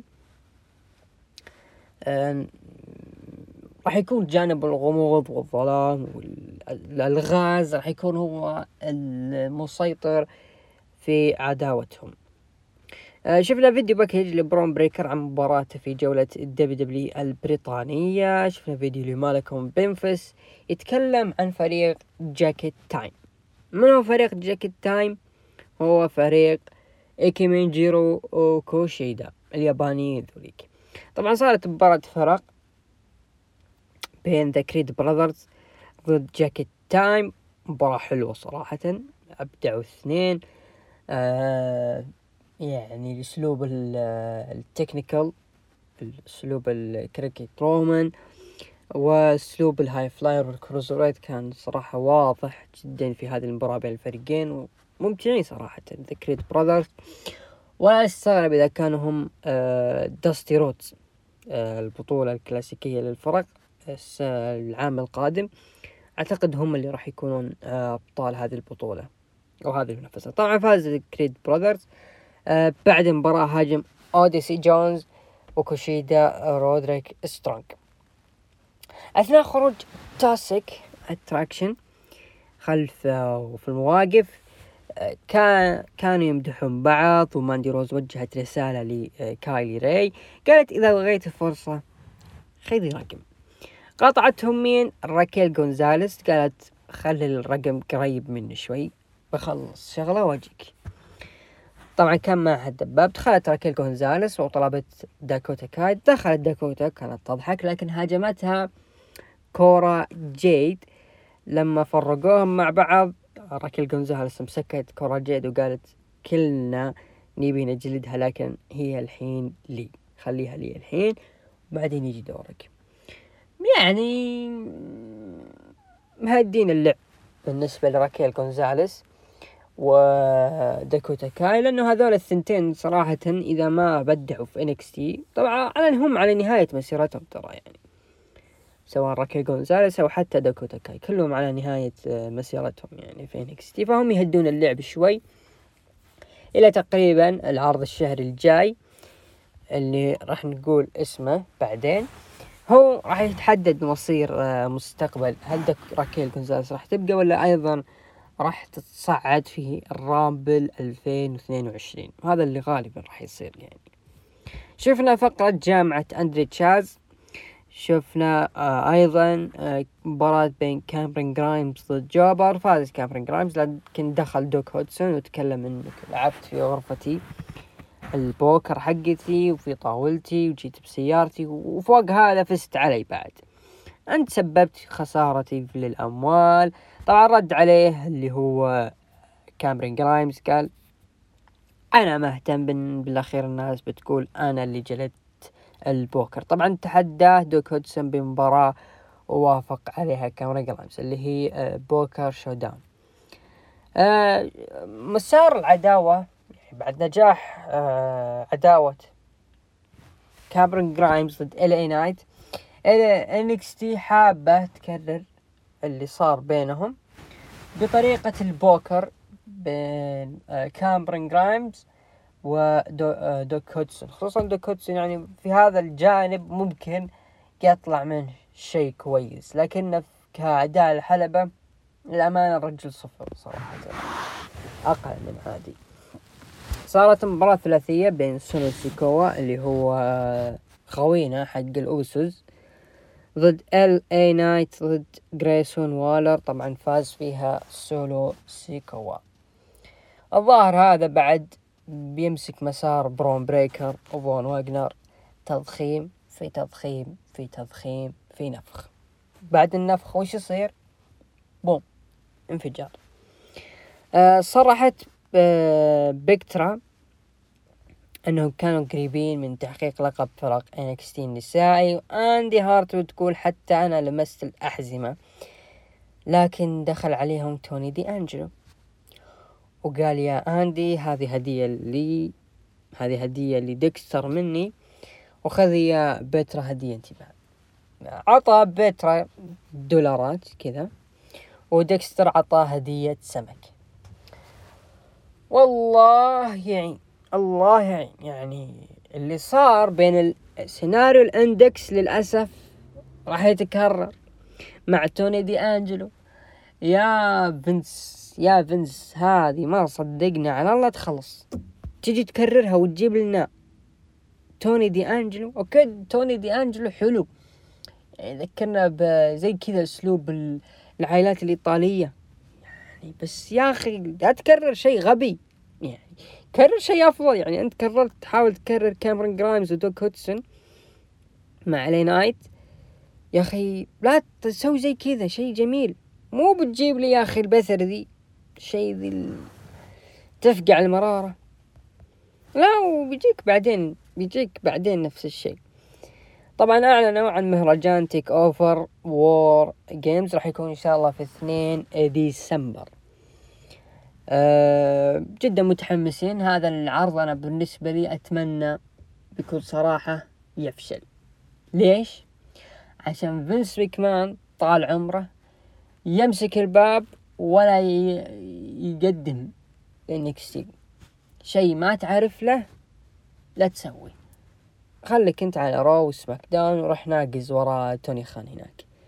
راح يكون جانب الغموض والظلام والالغاز راح يكون هو المسيطر في عداوتهم. شفنا فيديو باكيج لبرون بريكر عن مباراته في جولة WWE البريطانية. شفنا فيديو لمالكوم بنفس يتكلم عن فريق جاكيت تايم. من هو فريق جاكيت تايم؟ هو فريق إيكيمينجيرو وكوشيدا اليابانيين ذوليك. طبعا صارت مباراة فرق بين ذا كريد براذرز ضد جاكيت تايم، مباراة حلوة صراحة، أبدعوا اثنين. يعني الأسلوب التكنيكال، الأسلوب الكريكيت رومان، وأسلوب الهاي فلاير والكروزريت كان صراحة واضح جدا في هذه المباراة بين الفريقين، وممتعين صراحة ذا كريد براذرز. ولا استغرب إذا كانوا هم داستي رودز البطولة الكلاسيكية للفرق العام القادم، أعتقد هم اللي راح يكونون أبطال هذه البطولة أو هذه المنافسة. طبعا فاز كريد براذرز. بعد المباراة هاجم أوديسي جونز وكوشيدا رودريك سترونج. أثناء خروج توسيك اتراكشن خلفه وفي المواقف كانوا يمدحون بعض، وماندي روز وجهت رسالة لكايلي راي قالت إذا بغيت فرصة خذي رقم. قاطعتهم مين؟ راكيل غونزاليس، قالت خلي الرقم قريب مني شوي بخلص شغلة واجيك. طبعا كان معها الدباب. دخلت راكيل غونزاليس وطلبت داكوتا كاي. دخلت داكوتا كانت تضحك، لكن هاجمتها كورا جيد. لما فرقوهم مع بعض راكيل غونزاليس مسكت كورا جيد وقالت كلنا نبي نجلدها، لكن هي الحين لي، خليها لي الحين بعدين يجي دورك. يعني مهدين اللعب بالنسبة لراكيل غونزاليس وداكوتا كاي، لأنه هذول الثنتين صراحة إذا ما بدعوا في NXT طبعا هم على نهاية مسيرتهم ترى، يعني سواء راكيل غونزاليس أو حتى داكوتا كاي كلهم على نهاية مسيرتهم يعني في NXT، فهم يهدون اللعب شوي إلى تقريبا العرض الشهري الجاي اللي راح نقول اسمه بعدين. هو راح يتحدد مصير مستقبل هل راكيل غونزاليس راح تبقى ولا أيضا راح تتصعد في الرامبل 2022، وهذا اللي غالبا راح يصير. يعني شفنا فقرة جامعة أندري تشاز، شفنا أيضا مباراة بين كاميرون جرايمز ضد جوبر. فاز كاميرون جرايمز، لكن دخل دوك هودسون وتكلم انك لعبت في غرفتي البوكر حقتي وفي طاولتي وجيت بسيارتي وفوق هذا فزت علي بعد، أنت سببت خسارتي للأموال. طبعا رد عليه اللي هو كاميرون جرايمز قال أنا ما أهتم، بالأخير الناس بتقول أنا اللي جلدت البوكر. طبعا تحداه دوك هودسون بمباراة ووافق عليها كاميرون جرايمز اللي هي بوكر شوداون. مسار العداوة بعد نجاح عداوة كاميرون جرايمز ضد LA نايت، NXT حابة تكرر اللي صار بينهم بطريقة البوكر بين كاميرون جرايمز ودوك هودسون، خصوصا دوك هودسون يعني في هذا الجانب ممكن يطلع منه شيء كويس، لكن كأداء الحلبة للأمانة الرجل صفر صراحة، أقل من عادي. صارت مباراة ثلاثية بين سولو سيكوا اللي هو خوينا حق الأوسوس ضد LA نايت ضد غريسون والر. طبعا فاز فيها سولو سيكوا. الظاهر هذا بعد بيمسك مسار برون بريكر وفون واغنر، تضخيم في تضخيم في تضخيم في نفخ، بعد النفخ وش يصير؟ بوم، انفجار. صرحت بيكترا أنهم كانوا قريبين من تحقيق لقب فرق NXT النسائي، وأندي هارت تقول حتى أنا لمست الأحزمة، لكن دخل عليهم توني دي أنجلو وقال يا أندي هذه هدية لديكستر مني، وخذي يا بيترا هدية انت بعد. عطى بيترا دولارات كذا، وديكستر عطاه هدية سمك. والله يعني اللي صار بين السيناريو الاندكس للأسف راح يتكرر مع توني دي أنجلو. يا فينس هذه ما صدقنا على الله تخلص، تجي تكررها وتجيب لنا توني دي أنجلو. أوكي توني دي أنجلو حلو، يعني ذكرنا بزي كذا أسلوب العائلات الإيطالية يعني، بس يا أخي لا تكرر شيء غبي، يعني كرر شيء أفضل. يعني أنت كررت تحاول تكرر كاميرون جرايمز ودوك هودسون مع LA نايت، يا أخي لا تسوي زي كذا شيء جميل، مو بتجيب لي يا أخي البثر ذي شيء ذي تفقع المرارة، لا بيجيك بعدين نفس الشيء. طبعا أعلنوا عن مهرجان تيك أوفر وور جيمز، راح يكون إن شاء الله في 2 ديسمبر. جدا متحمسين. هذا العرض أنا بالنسبة لي أتمنى بكل صراحة يفشل. ليش؟ عشان فينس ماكمان طال عمره يمسك الباب ولا يقدم NXT شيء ما تعرف له، لا تسوي، خليك انت على رو وسماك داون وروح ناقز وراء توني خان هناك.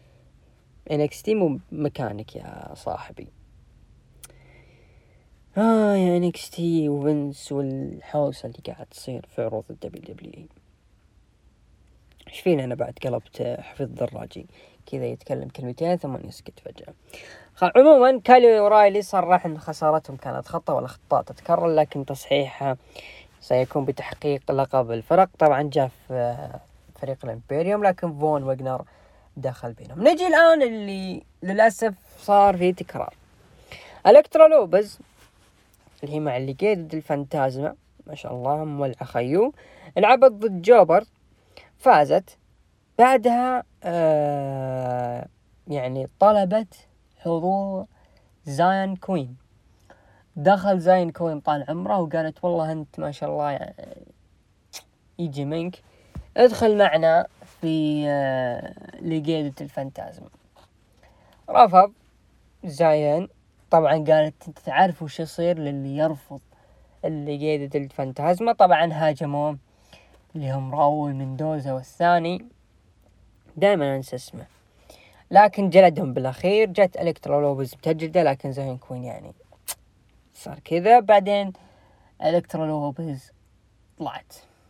NXT مو مكانك يا صاحبي. يا NXT وفنس والحوسة اللي قاعد تصير في عروض WWE. ايش فينا انا بعد قلبت حفظ دراجي كذا، يتكلم كلمتين ثم يسكت فجأة. عموما كالي ورايلي صرح ان خسارتهم كانت خطأ والاخطاء تتكرر، لكن تصحيحها سيكون بتحقيق لقب الفرق. طبعا جاء في فريق الامبيريوم، لكن فون ويغنر دخل بينهم. نجي الان اللي للاسف صار في تكرار. الكترا لوبز اللي هي مع اللي قيد الفانتازما، ما شاء الله مولعة خيو، لعبت ضد جوبر، فازت. بعدها يعني طلبت حضور زاين كوين. دخل زاين كوين طال عمره وقالت والله أنت ما شاء الله يعني يجي منك، ادخل معنا في لقيدة الفانتازما. رفض زاين طبعا، قالت انت تعرف وش يصير للي يرفض لقيدة الفانتازما. طبعا هاجموه اللي هم راول مندوزا والثاني دائما انسى اسمه، لكن جلدهم بالاخير. جت الكترا لوبز بتجلده، لكن زاين كوين يعني صار كذا. بعدين الكترا لوبز طلعت.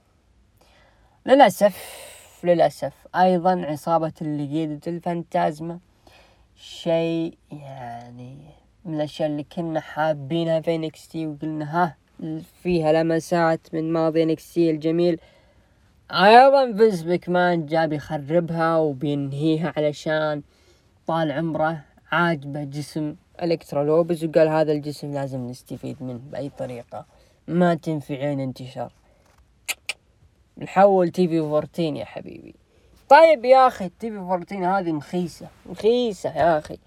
للأسف أيضا عصابة اللي قيدة الفانتازما، شيء يعني من الأشياء اللي كنا حابينها في NXT وقلنا فيها لمسات من ماضي NXT الجميل. أيضا فينس ماكمان جاب يخربها وبينهيها علشان طال عمره عاجبه جسم الكترا لوبز، وقال هذا الجسم لازم نستفيد منه بأي طريقة، ما تنفعين انتشار، نحول TV 14 يا حبيبي. طيب يا أخي TV 14 هذه مخيسة يا أخي.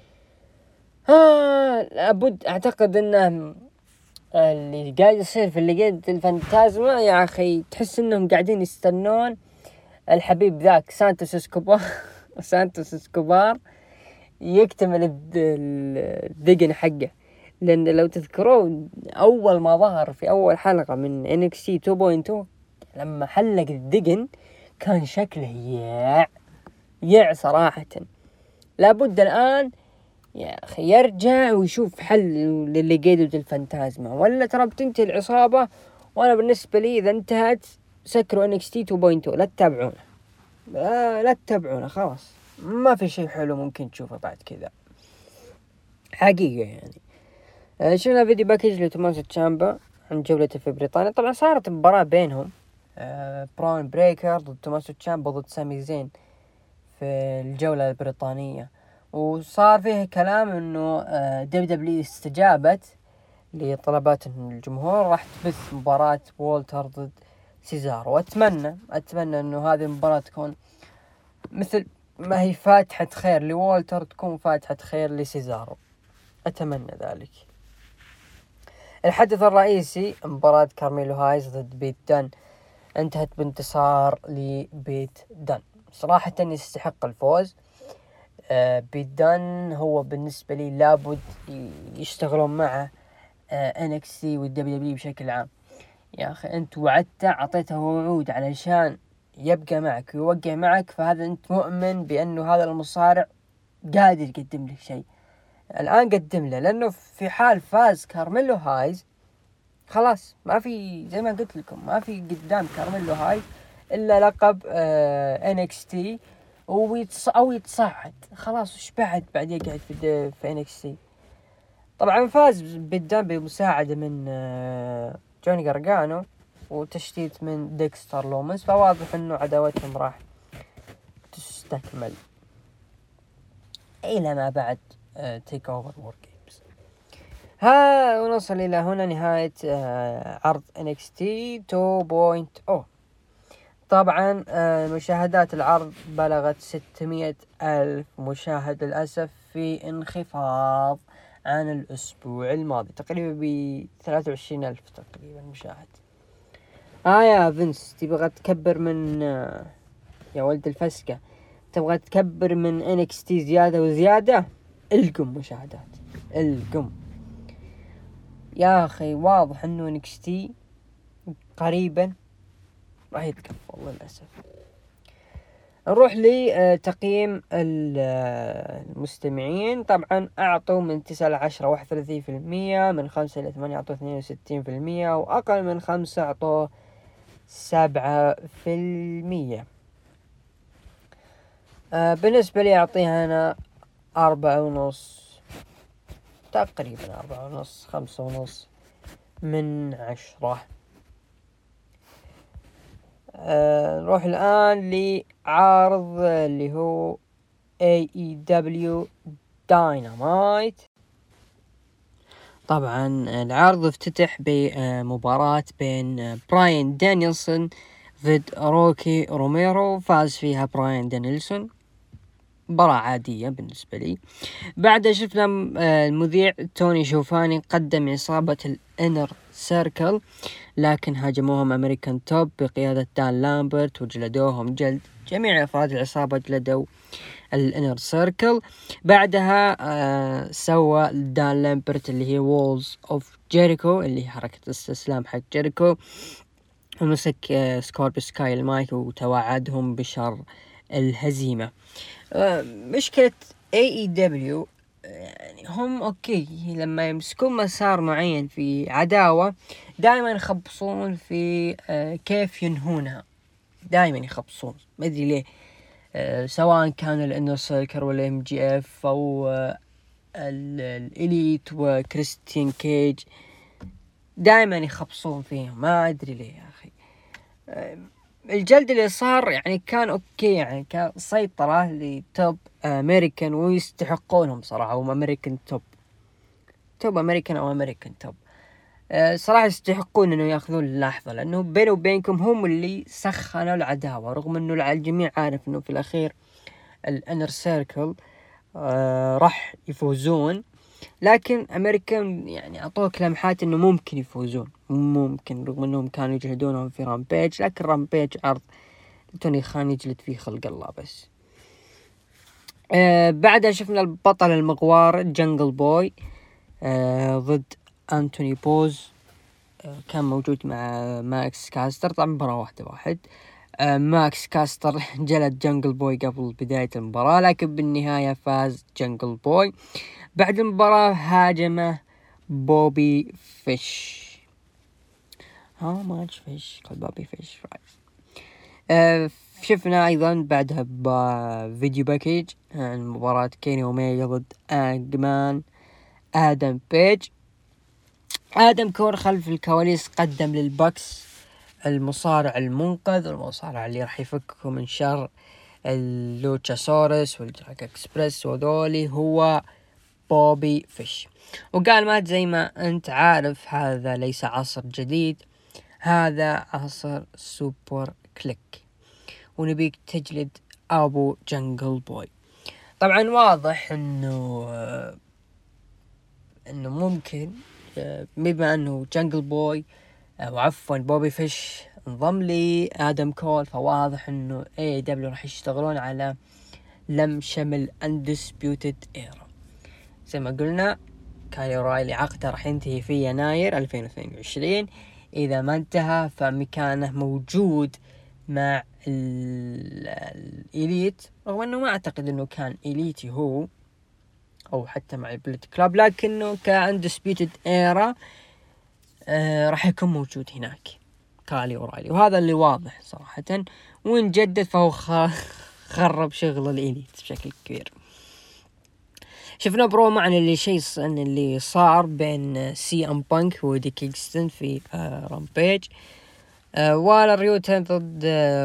لابد أعتقد أنه اللي قاعد يصير في اللي قد الفانتازما يا أخي تحس أنهم قاعدين يستنون الحبيب ذاك سانتوس اسكوبار يكتمل الدقن حقه. لأن لو تذكرون أول ما ظهر في أول حلقة من NXT 2.2 لما حلق الدقن كان شكله يع صراحة. لابد الآن يا أخي يرجع ويشوف حل للي قيدوا الفانتازما، ولا ترى بتنتهي العصابة. وأنا بالنسبة لي إذا انتهت سكروا NXT 2.2، لا تتابعونه خلاص، ما في شيء حلو ممكن تشوفه بعد كذا حقيقة يعني. شفنا فيديو باكيج لتوماسو تشامبا عن جولته في بريطانيا. طبعا صارت مباراة بينهم، براون بريكر ضد توماسو تشامبا ضد سامي زين في الجولة البريطانية. وصار فيه كلام انه WWE استجابت لطلبات الجمهور، راح تبث مباراة وولتر ضد سيزارو. اتمنى انه هذه المباراة تكون مثل ما هي فاتحة خير لوولتر تكون فاتحة خير لسيزارو، اتمنى ذلك. الحدث الرئيسي مباراة كارميلو هايز ضد بيت دان، انتهت بانتصار لبيت دان. صراحة يستحق الفوز. بيت دان هو بالنسبة لي لابد يشتغلون مع NXT والWWWE بشكل عام. يا أخي أنت وعدته، عطيته وعود علشان يبقى معك ويوقع معك، فهذا أنت مؤمن بأنه هذا المصارع قادر يقدم لك شيء. الآن قدم له، لأنه في حال فاز كارميلو هايز خلاص ما في، زي ما قلت لكم ما في قدام كارميلو هايز إلا لقب NXT أو يتصعد خلاص. وش بعد يقعد في NXT. طبعا فاز بالدم بمساعدة من جوني غارغانو وتشتيت من ديكستر لومنز، فواضح انه عداوتهم راح تستكمل الى ما بعد تيك اوفر وور جيمز. ونصل الى هنا نهاية عرض NXT 2.0. طبعا مشاهدات العرض بلغت 600,000 مشاهد، للأسف في انخفاض عن الأسبوع الماضي، تقريبا ب23,000 تقريبا مشاهد. يا فينس تبغى تكبر من يا ولد الفسكة، تبغى تكبر من NXT زيادة وزيادة، القم مشاهدات القم يا أخي. واضح أنه NXT قريبا راح يتكفل للأسف. نروح لتقييم المستمعين. طبعا أعطوا من 9 ل10 31%، من 5 إلى 8 أعطوا 62%، وأقل من 5 أعطوا 7%. بالنسبة لي أعطيها أنا 4.5، تقريبا 4.5 5.5 من 10. نروح الآن لعارض اللي هو AEW Dynamite. طبعا العرض افتتح بمباراة بين براين دانيلسون ضد روكي روميرو. فاز فيها براين دانيلسون، مباراة عادية بالنسبة لي. بعد شفنا المذيع توني شوفاني قدم عصابة الانر سيركل، لكن هاجموهم أمريكان توب بقيادة دان لامبرت وجلدوهم جلد. جميع أفراد العصابة جلدوا الانر سيركل. بعدها سوى دان لامبرت اللي هي وولز اوف جيريكو، اللي هي حركة استسلام حق جيريكو، ومسك سكوربيو سكاي المايك وتوعدهم بشر الهزيمة. مشكلة AEW يعني هم أوكي لما يمسكون مسار معين في عداوة دائما يخبصون في كيف ينهونها، دائما يخبصون، ما أدري ليه. سواء كان الانر سيركل ولا MGF أو الإليت وكريستين كيج، دائما يخبصون فيهم، ما أدري ليه يا أخي. الجلد اللي صار يعني كان أوكي، يعني كان سيطرة لتوب أمريكان ويستحقونهم صراحة. هم أمريكان توب أمريكان أو أمريكان توب، صراحة يستحقون إنه يأخذون اللحظة، لأنه بينه وبينكم هم اللي سخنوا العداوة، رغم إنه الجميع عارف إنه في الأخير الانر سيركل راح يفوزون، لكن أمريكان يعني أعطوك لمحات إنه ممكن يفوزون، ممكن، رغم إنهم كانوا يجهدونهم في رامبيج، لكن رامبيج عرض توني خان يجلد فيه خلق الله بس. بعدها شفنا البطل المغوار جنجل بوي ضد أنتوني بوز. كان موجود مع ماكس كاستر، طبعا مباراة 1-1. ماكس كاستر جلد جنجل بوي قبل بداية المباراة، لكن بالنهاية فاز جنجل بوي. بعد المباراة هاجمه بوبي فيش. How much fish called Bobby Fish fries. شفنا أيضا بعدها بفيديو باكيج عن مباراة كيني أوميجا ضد أنجمان آدم بيج. آدم كون خلف الكواليس قدم للبكس المصارع المنقذ، المصارع اللي راح يفكه من شر اللوتشاسورس والدراك اكسبرس وذولي، هو بوبي فيش. وقال مات زي ما انت عارف هذا ليس عصر جديد، هذا عصر سوبر كليك، ونبيك تجلد ابو جنجل بوي. طبعا واضح انه ممكن بما انه جنجل بوي وعفوا بوبي فيش انضم لي آدم كول، فواضح انه AEW راح يشتغلون على لم شمل Undisputed Era. زي ما قلنا كايل أورايلي عقده راح ينتهي في يناير 2022، إذا ما انتهى فمكانه موجود مع الإليت، رغم أنه ما أعتقد أنه كان إليتي هو أو حتى مع البلد كلاب، لكنه كأندسبيوتد إيرا راح يكون موجود هناك كايل أورايلي، وهذا اللي واضح صراحة. وإن جدد فهو خرب شغل الإليت بشكل كبير. شفنا برو معنا اللي صار بين سي ام بانك ودي كينغستون في رامبيج. ولا ريوتن ضد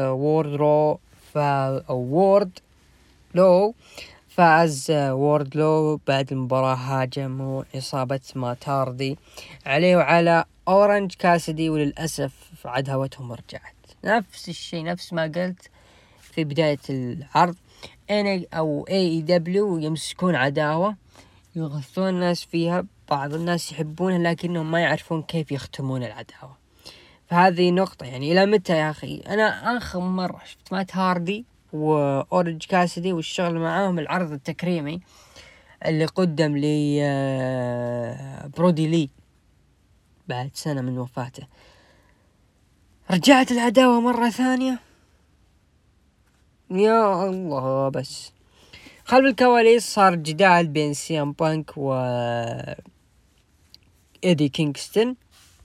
وورد لو. فاز وورد لو. بعد المباراة هاجموا عصابة ماتاردي عليه وعلى اورنج كاسدي، وللأسف عداوتهم رجعت نفس الشيء، نفس ما قلت في بداية العرض. أو AEW يمسكون عداوة يغثون الناس فيها، بعض الناس يحبونها لكنهم ما يعرفون كيف يختمون العداوة. فهذه نقطة، يعني إلى متى يا أخي؟ أنا آخر مرة شفت مات هاردي وأورنج كاسدي والشغل معاهم العرض التكريمي اللي قدم لي برودي لي بعد سنة من وفاته. رجعت العداوة مرة ثانية، يا الله. بس خلف الكواليس صار جدال بين سيام بانك و إيدي كينغستون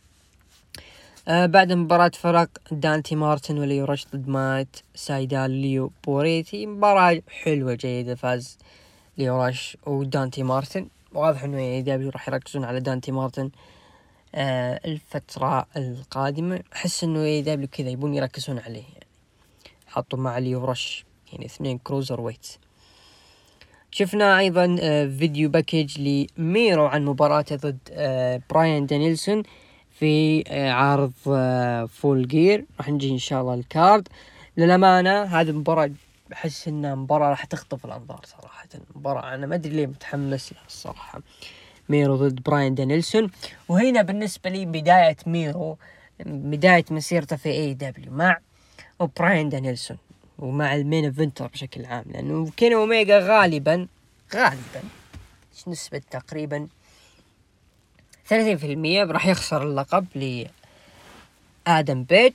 بعد مباراة فرق دانتي مارتن وليو رش ضد مات سايدال ليو بوريتي. مباراة حلوة جيدة، فاز ليو رش ودانتي مارتن. واضح انه اي دبليو راح يركزون على دانتي مارتن الفترة القادمة. احس انه اي دبليو كذا يبون يركزون عليه، يعني حطوا مع ليو رش يعني 2 كروزر ويت. شفنا ايضا فيديو باكيج لميرو عن مباراته ضد براين دانيلسون في عرض فول جير. راح نجي ان شاء الله الكارد. للأمانة هذه المباراة بحس انها مباراة راح تخطف الانظار صراحة. مباراة انا ما ادري ليه متحمس لها الصراحة. ميرو ضد براين دانيلسون، وهنا بالنسبة لي بداية ميرو، بداية مسيرته في اي دبليو مع براين دانيلسون ومع المين ايفنتر بشكل عام. لانه كيني اوميجا غالبا نسبة تقريبا 30% راح يخسر اللقب لآدم بيج.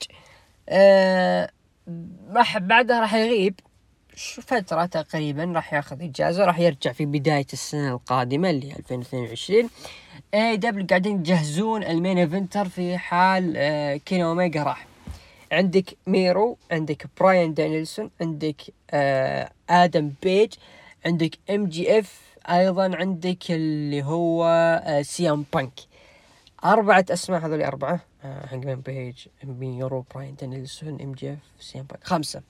راح بعدها راح يغيب فترة تقريبا، راح ياخذ إجازة، راح يرجع في بداية السنة القادمة اللي 2022. اي دبليو قاعدين يجهزون المين ايفنتر في حال كيني اوميجا راح. عندك ميرو، عندك براين دانيلسون، عندك آدم بيج، عندك MGF ايضا، عندك اللي هو سيام بانك. 4 اسماء، هذول 4 هانجمان بيج، ميرو، براين دانيلسون، MGF، سيام بانك.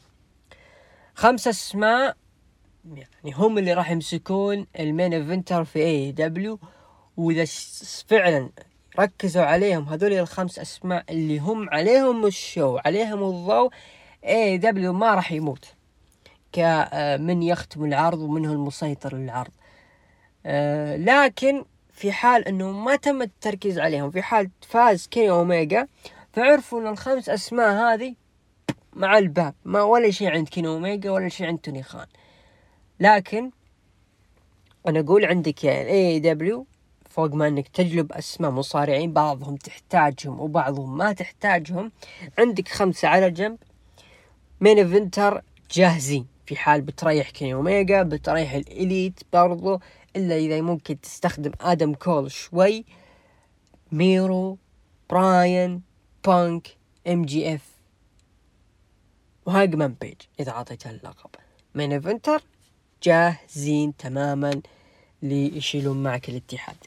5 اسماء يعني هم اللي راح يمسكون المين ايفنتر في اي دبليو. واذا فعلا ركزوا عليهم هذول ال5 اسماء اللي هم عليهم الشو، عليهم الضوء، اي دبليو ما راح يموت كمن يختم العرض ومنه المسيطر للعرض. لكن في حال انه ما تم التركيز عليهم، في حال فاز كيني اوميجا، فعرفوا ان ال5 اسماء هذه مع الباب، ما ولا شيء عند كيني اوميجا ولا شيء عند توني خان. لكن انا اقول عندك يعني اي دبليو فوق ما انك تجلب اسماء مصارعين بعضهم تحتاجهم وبعضهم ما تحتاجهم، عندك 5 على جنب مين ايفنتر جاهزين في حال بتريح كيني اوميجا، بتريح الاليت برضو، الا اذا ممكن تستخدم ادم كول شوي، ميرو، براين، بانك، MGF وهاجمان بيج. اذا عطيتها اللقب مين ايفنتر جاهزين تماما ليشيلون معك الاتحاد.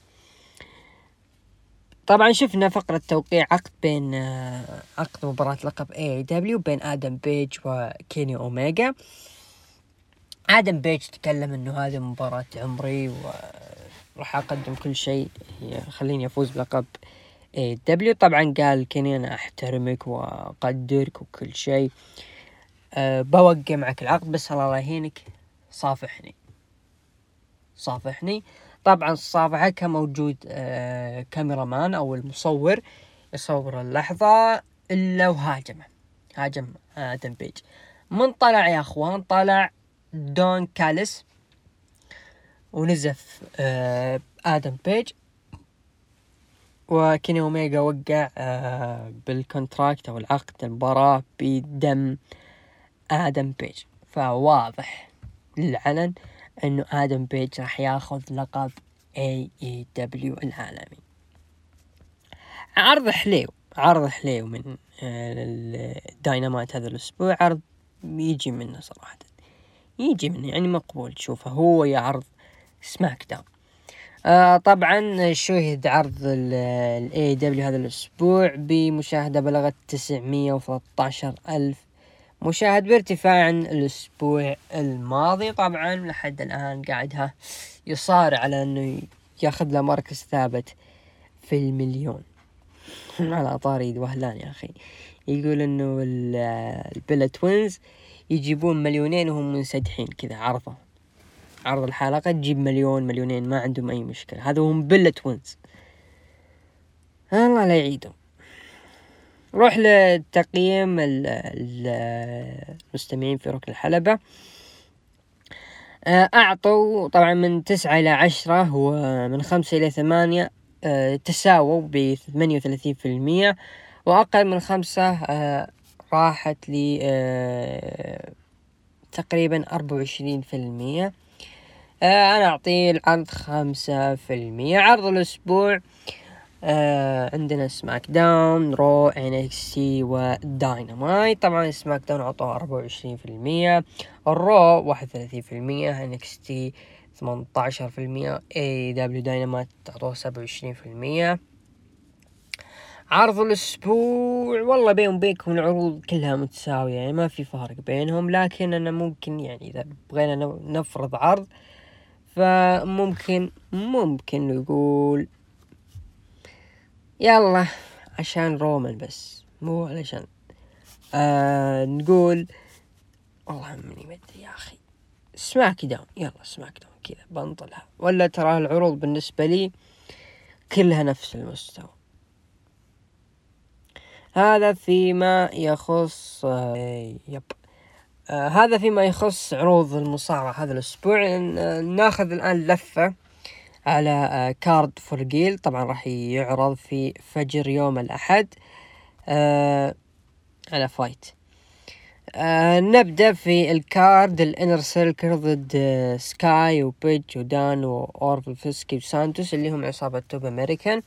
طبعا شفنا فقرة توقيع عقد بين عقد مباراة لقب AEW بين آدم بيج وكيني أوميجا. آدم بيج تكلم انه هذه مباراة عمري وراح اقدم كل شيء خليني افوز بلقب AEW. طبعا قال كيني انا احترمك واقدرك وكل شيء، بوقع معك العقد بس الله يهينك صافحني. طبعا الصافحة كان موجود كاميرا مان او المصور يصور اللحظة، الا هاجم آدم بيج. من طلع يا اخوان؟ طلع دون كاليس ونزف آدم بيج، وكيني أوميجا وقع بالكونتراكت أو العقد المباراة بدم آدم بيج. فواضح للعلن أنه آدم بيج راح ياخذ لقب AEW العالمي. عرض حليو من الداينامايت هذا الأسبوع. عرض يجي منه صراحة، يجي منه يعني مقبول تشوفه هو يا عرض سماك داون. طبعا شوهد عرض ال AEW هذا الأسبوع بمشاهدة بلغت 913 ألف مشاهد بارتفاع عن الأسبوع الماضي. طبعا لحد الآن قاعدها يصارع على أنه ياخذ له مركز ثابت في المليون. على طاري وهلان يا أخي، يقول أنه البيلا توينز يجيبون 2,000,000 وهم منسدحين كذا. عرض الحلقة تجيب 1,000,000 ما عندهم أي مشكلة. هذا هم بيلا توينز، الله لا يعيدهم. روح لتقييم المستمعين في ركن الحلبة. أعطوا طبعا من 9 إلى 10 ومن 5 إلى 8 تساووا ب38%، وأقل من 5 راحت ل تقريبا 24%. أنا أعطيه العرض 5%. عرض الأسبوع عندنا سماك داون، رو، NXT وداينامايت. طبعا سماك داون عطوه 24%، الرو 31%، NXT 18%، AEW داينامايت عطوه 27%. عرض الأسبوع والله بيني وبينكم العروض كلها متساوية، يعني ما في فرق بينهم، لكن أنا ممكن يعني إذا بغينا نفرض عرض فممكن نقول يلا عشان رومان بس، مو علشان نقول والله مني مدري يا أخي، سماك داون. يلا سماك داون كذا بنطلها، ولا ترى العروض بالنسبة لي كلها نفس المستوى. هذا فيما يخص هذا فيما يخص عروض المصارعة هذا الأسبوع. ناخذ الآن لفة على كارد فرقيل، طبعا راح يعرض في فجر يوم الأحد على فايت. نبدأ في الكارد الانر سيركل ضد سكاي وبيج ودان وأورفل فيسكي وسانتوس اللي هم عصابة توب أمريكان.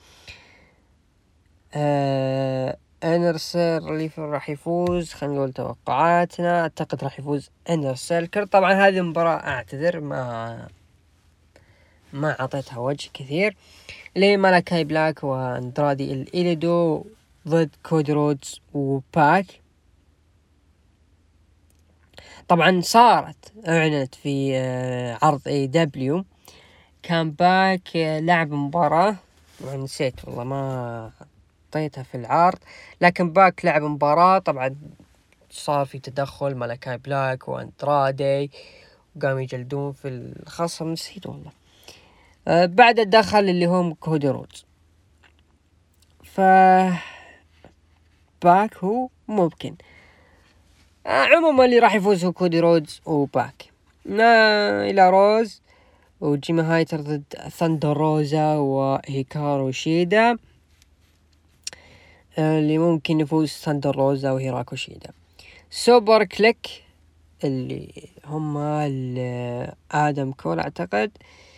انر سيركل راح يفوز، خلينا نقول توقعاتنا، اعتقد راح يفوز انر سيركل. طبعا هذه المباراة اعتذر ما اعطيتها وجه كثير، لمالاكاي بلاك واندرادي الإليدو ضد كودي رودز وباك. طبعا اعلنت في عرض AEW كان باك لعب مباراة، نسيت والله ما حطيتها في العرض، لكن باك لعب مباراة. طبعا صار في تدخل مالاكاي بلاك واندرادي وقاموا يجلدون في الخصم، نسيت والله. بعد الدخل اللي هم كودي رودز، باك هو ممكن عموما اللي راح يفوز هو كودي رودز وباك. إلى روز وجيمي هايتر ضد ثاندر روزا وهيكارو شيدا. اللي ممكن يفوز ثاندر روزا وهيراكو شيدا. سوبر كليك اللي هم آدم كول أعتقد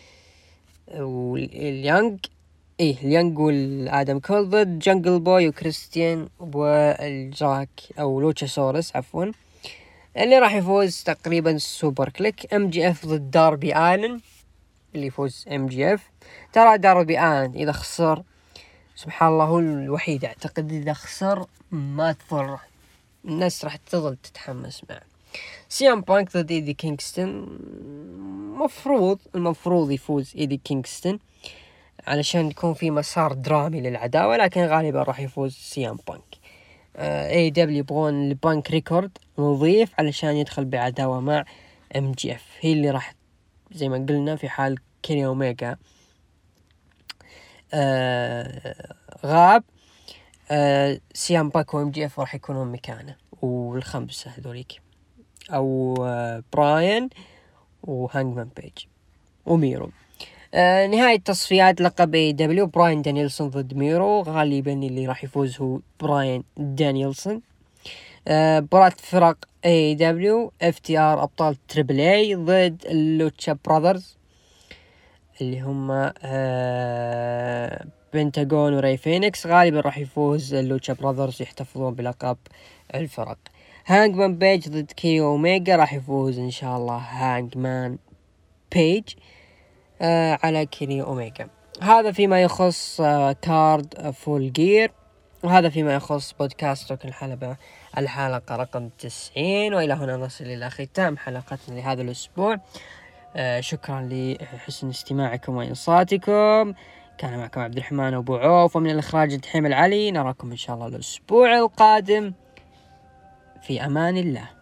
واليانج، اليانج والآدم كول ضد جنجل بوي وكريستيان والجاك أو لوتشاسورس عفوا. اللي راح يفوز تقريبا سوبر كليك. MGF ضد داربي آلن، اللي يفوز MGF. ترى داربي آلن إذا خسر سبحان الله هو الوحيد أعتقد إذا خسر ما تضر، الناس راح تظل تتحمس معه. سيام بانك ضد إيدي كينغستون، المفروض يفوز إيدي كينغستون علشان يكون في مسار درامي للعداوة، لكن غالبا راح يفوز سيام بانك. AEW يبغون البانك ريكورد نظيف علشان يدخل بعداوة مع MGF، هي اللي راح زي ما قلنا في حال كيني أوميجا غاب، سيام باك وMGF راح يكونون مكانه، والخمسة هذوليك أو براين وهانجمان بيج وميرو. نهاية تصفيات لقب AEW براين دانيلسون ضد ميرو، غالبا اللي راح يفوز هو براين دانيلسون. مباراة فرق AEW FTR أبطال تريبل اي ضد اللوتشا براذرز اللي هم بنتاغون وراي فينيكس، غالبا راح يفوز اللوتشا براذرز يحتفظون بلقب الفرق. هانجمان بيج ضد كيني أوميجا، راح يفوز إن شاء الله هانجمان بيج على كيني أوميجا. هذا فيما يخص كارد فول جير، وهذا فيما يخص بودكاست ركن الحلبة الحلقة رقم 90. وإلى هنا نصل إلى ختام حلقتنا لهذا الأسبوع. شكرا لحسن استماعكم وإنصاتكم. كان معكم عبد الرحمن أبو عوف، ومن الإخراج دحيم العلي. نراكم إن شاء الله الأسبوع القادم، في أمان الله.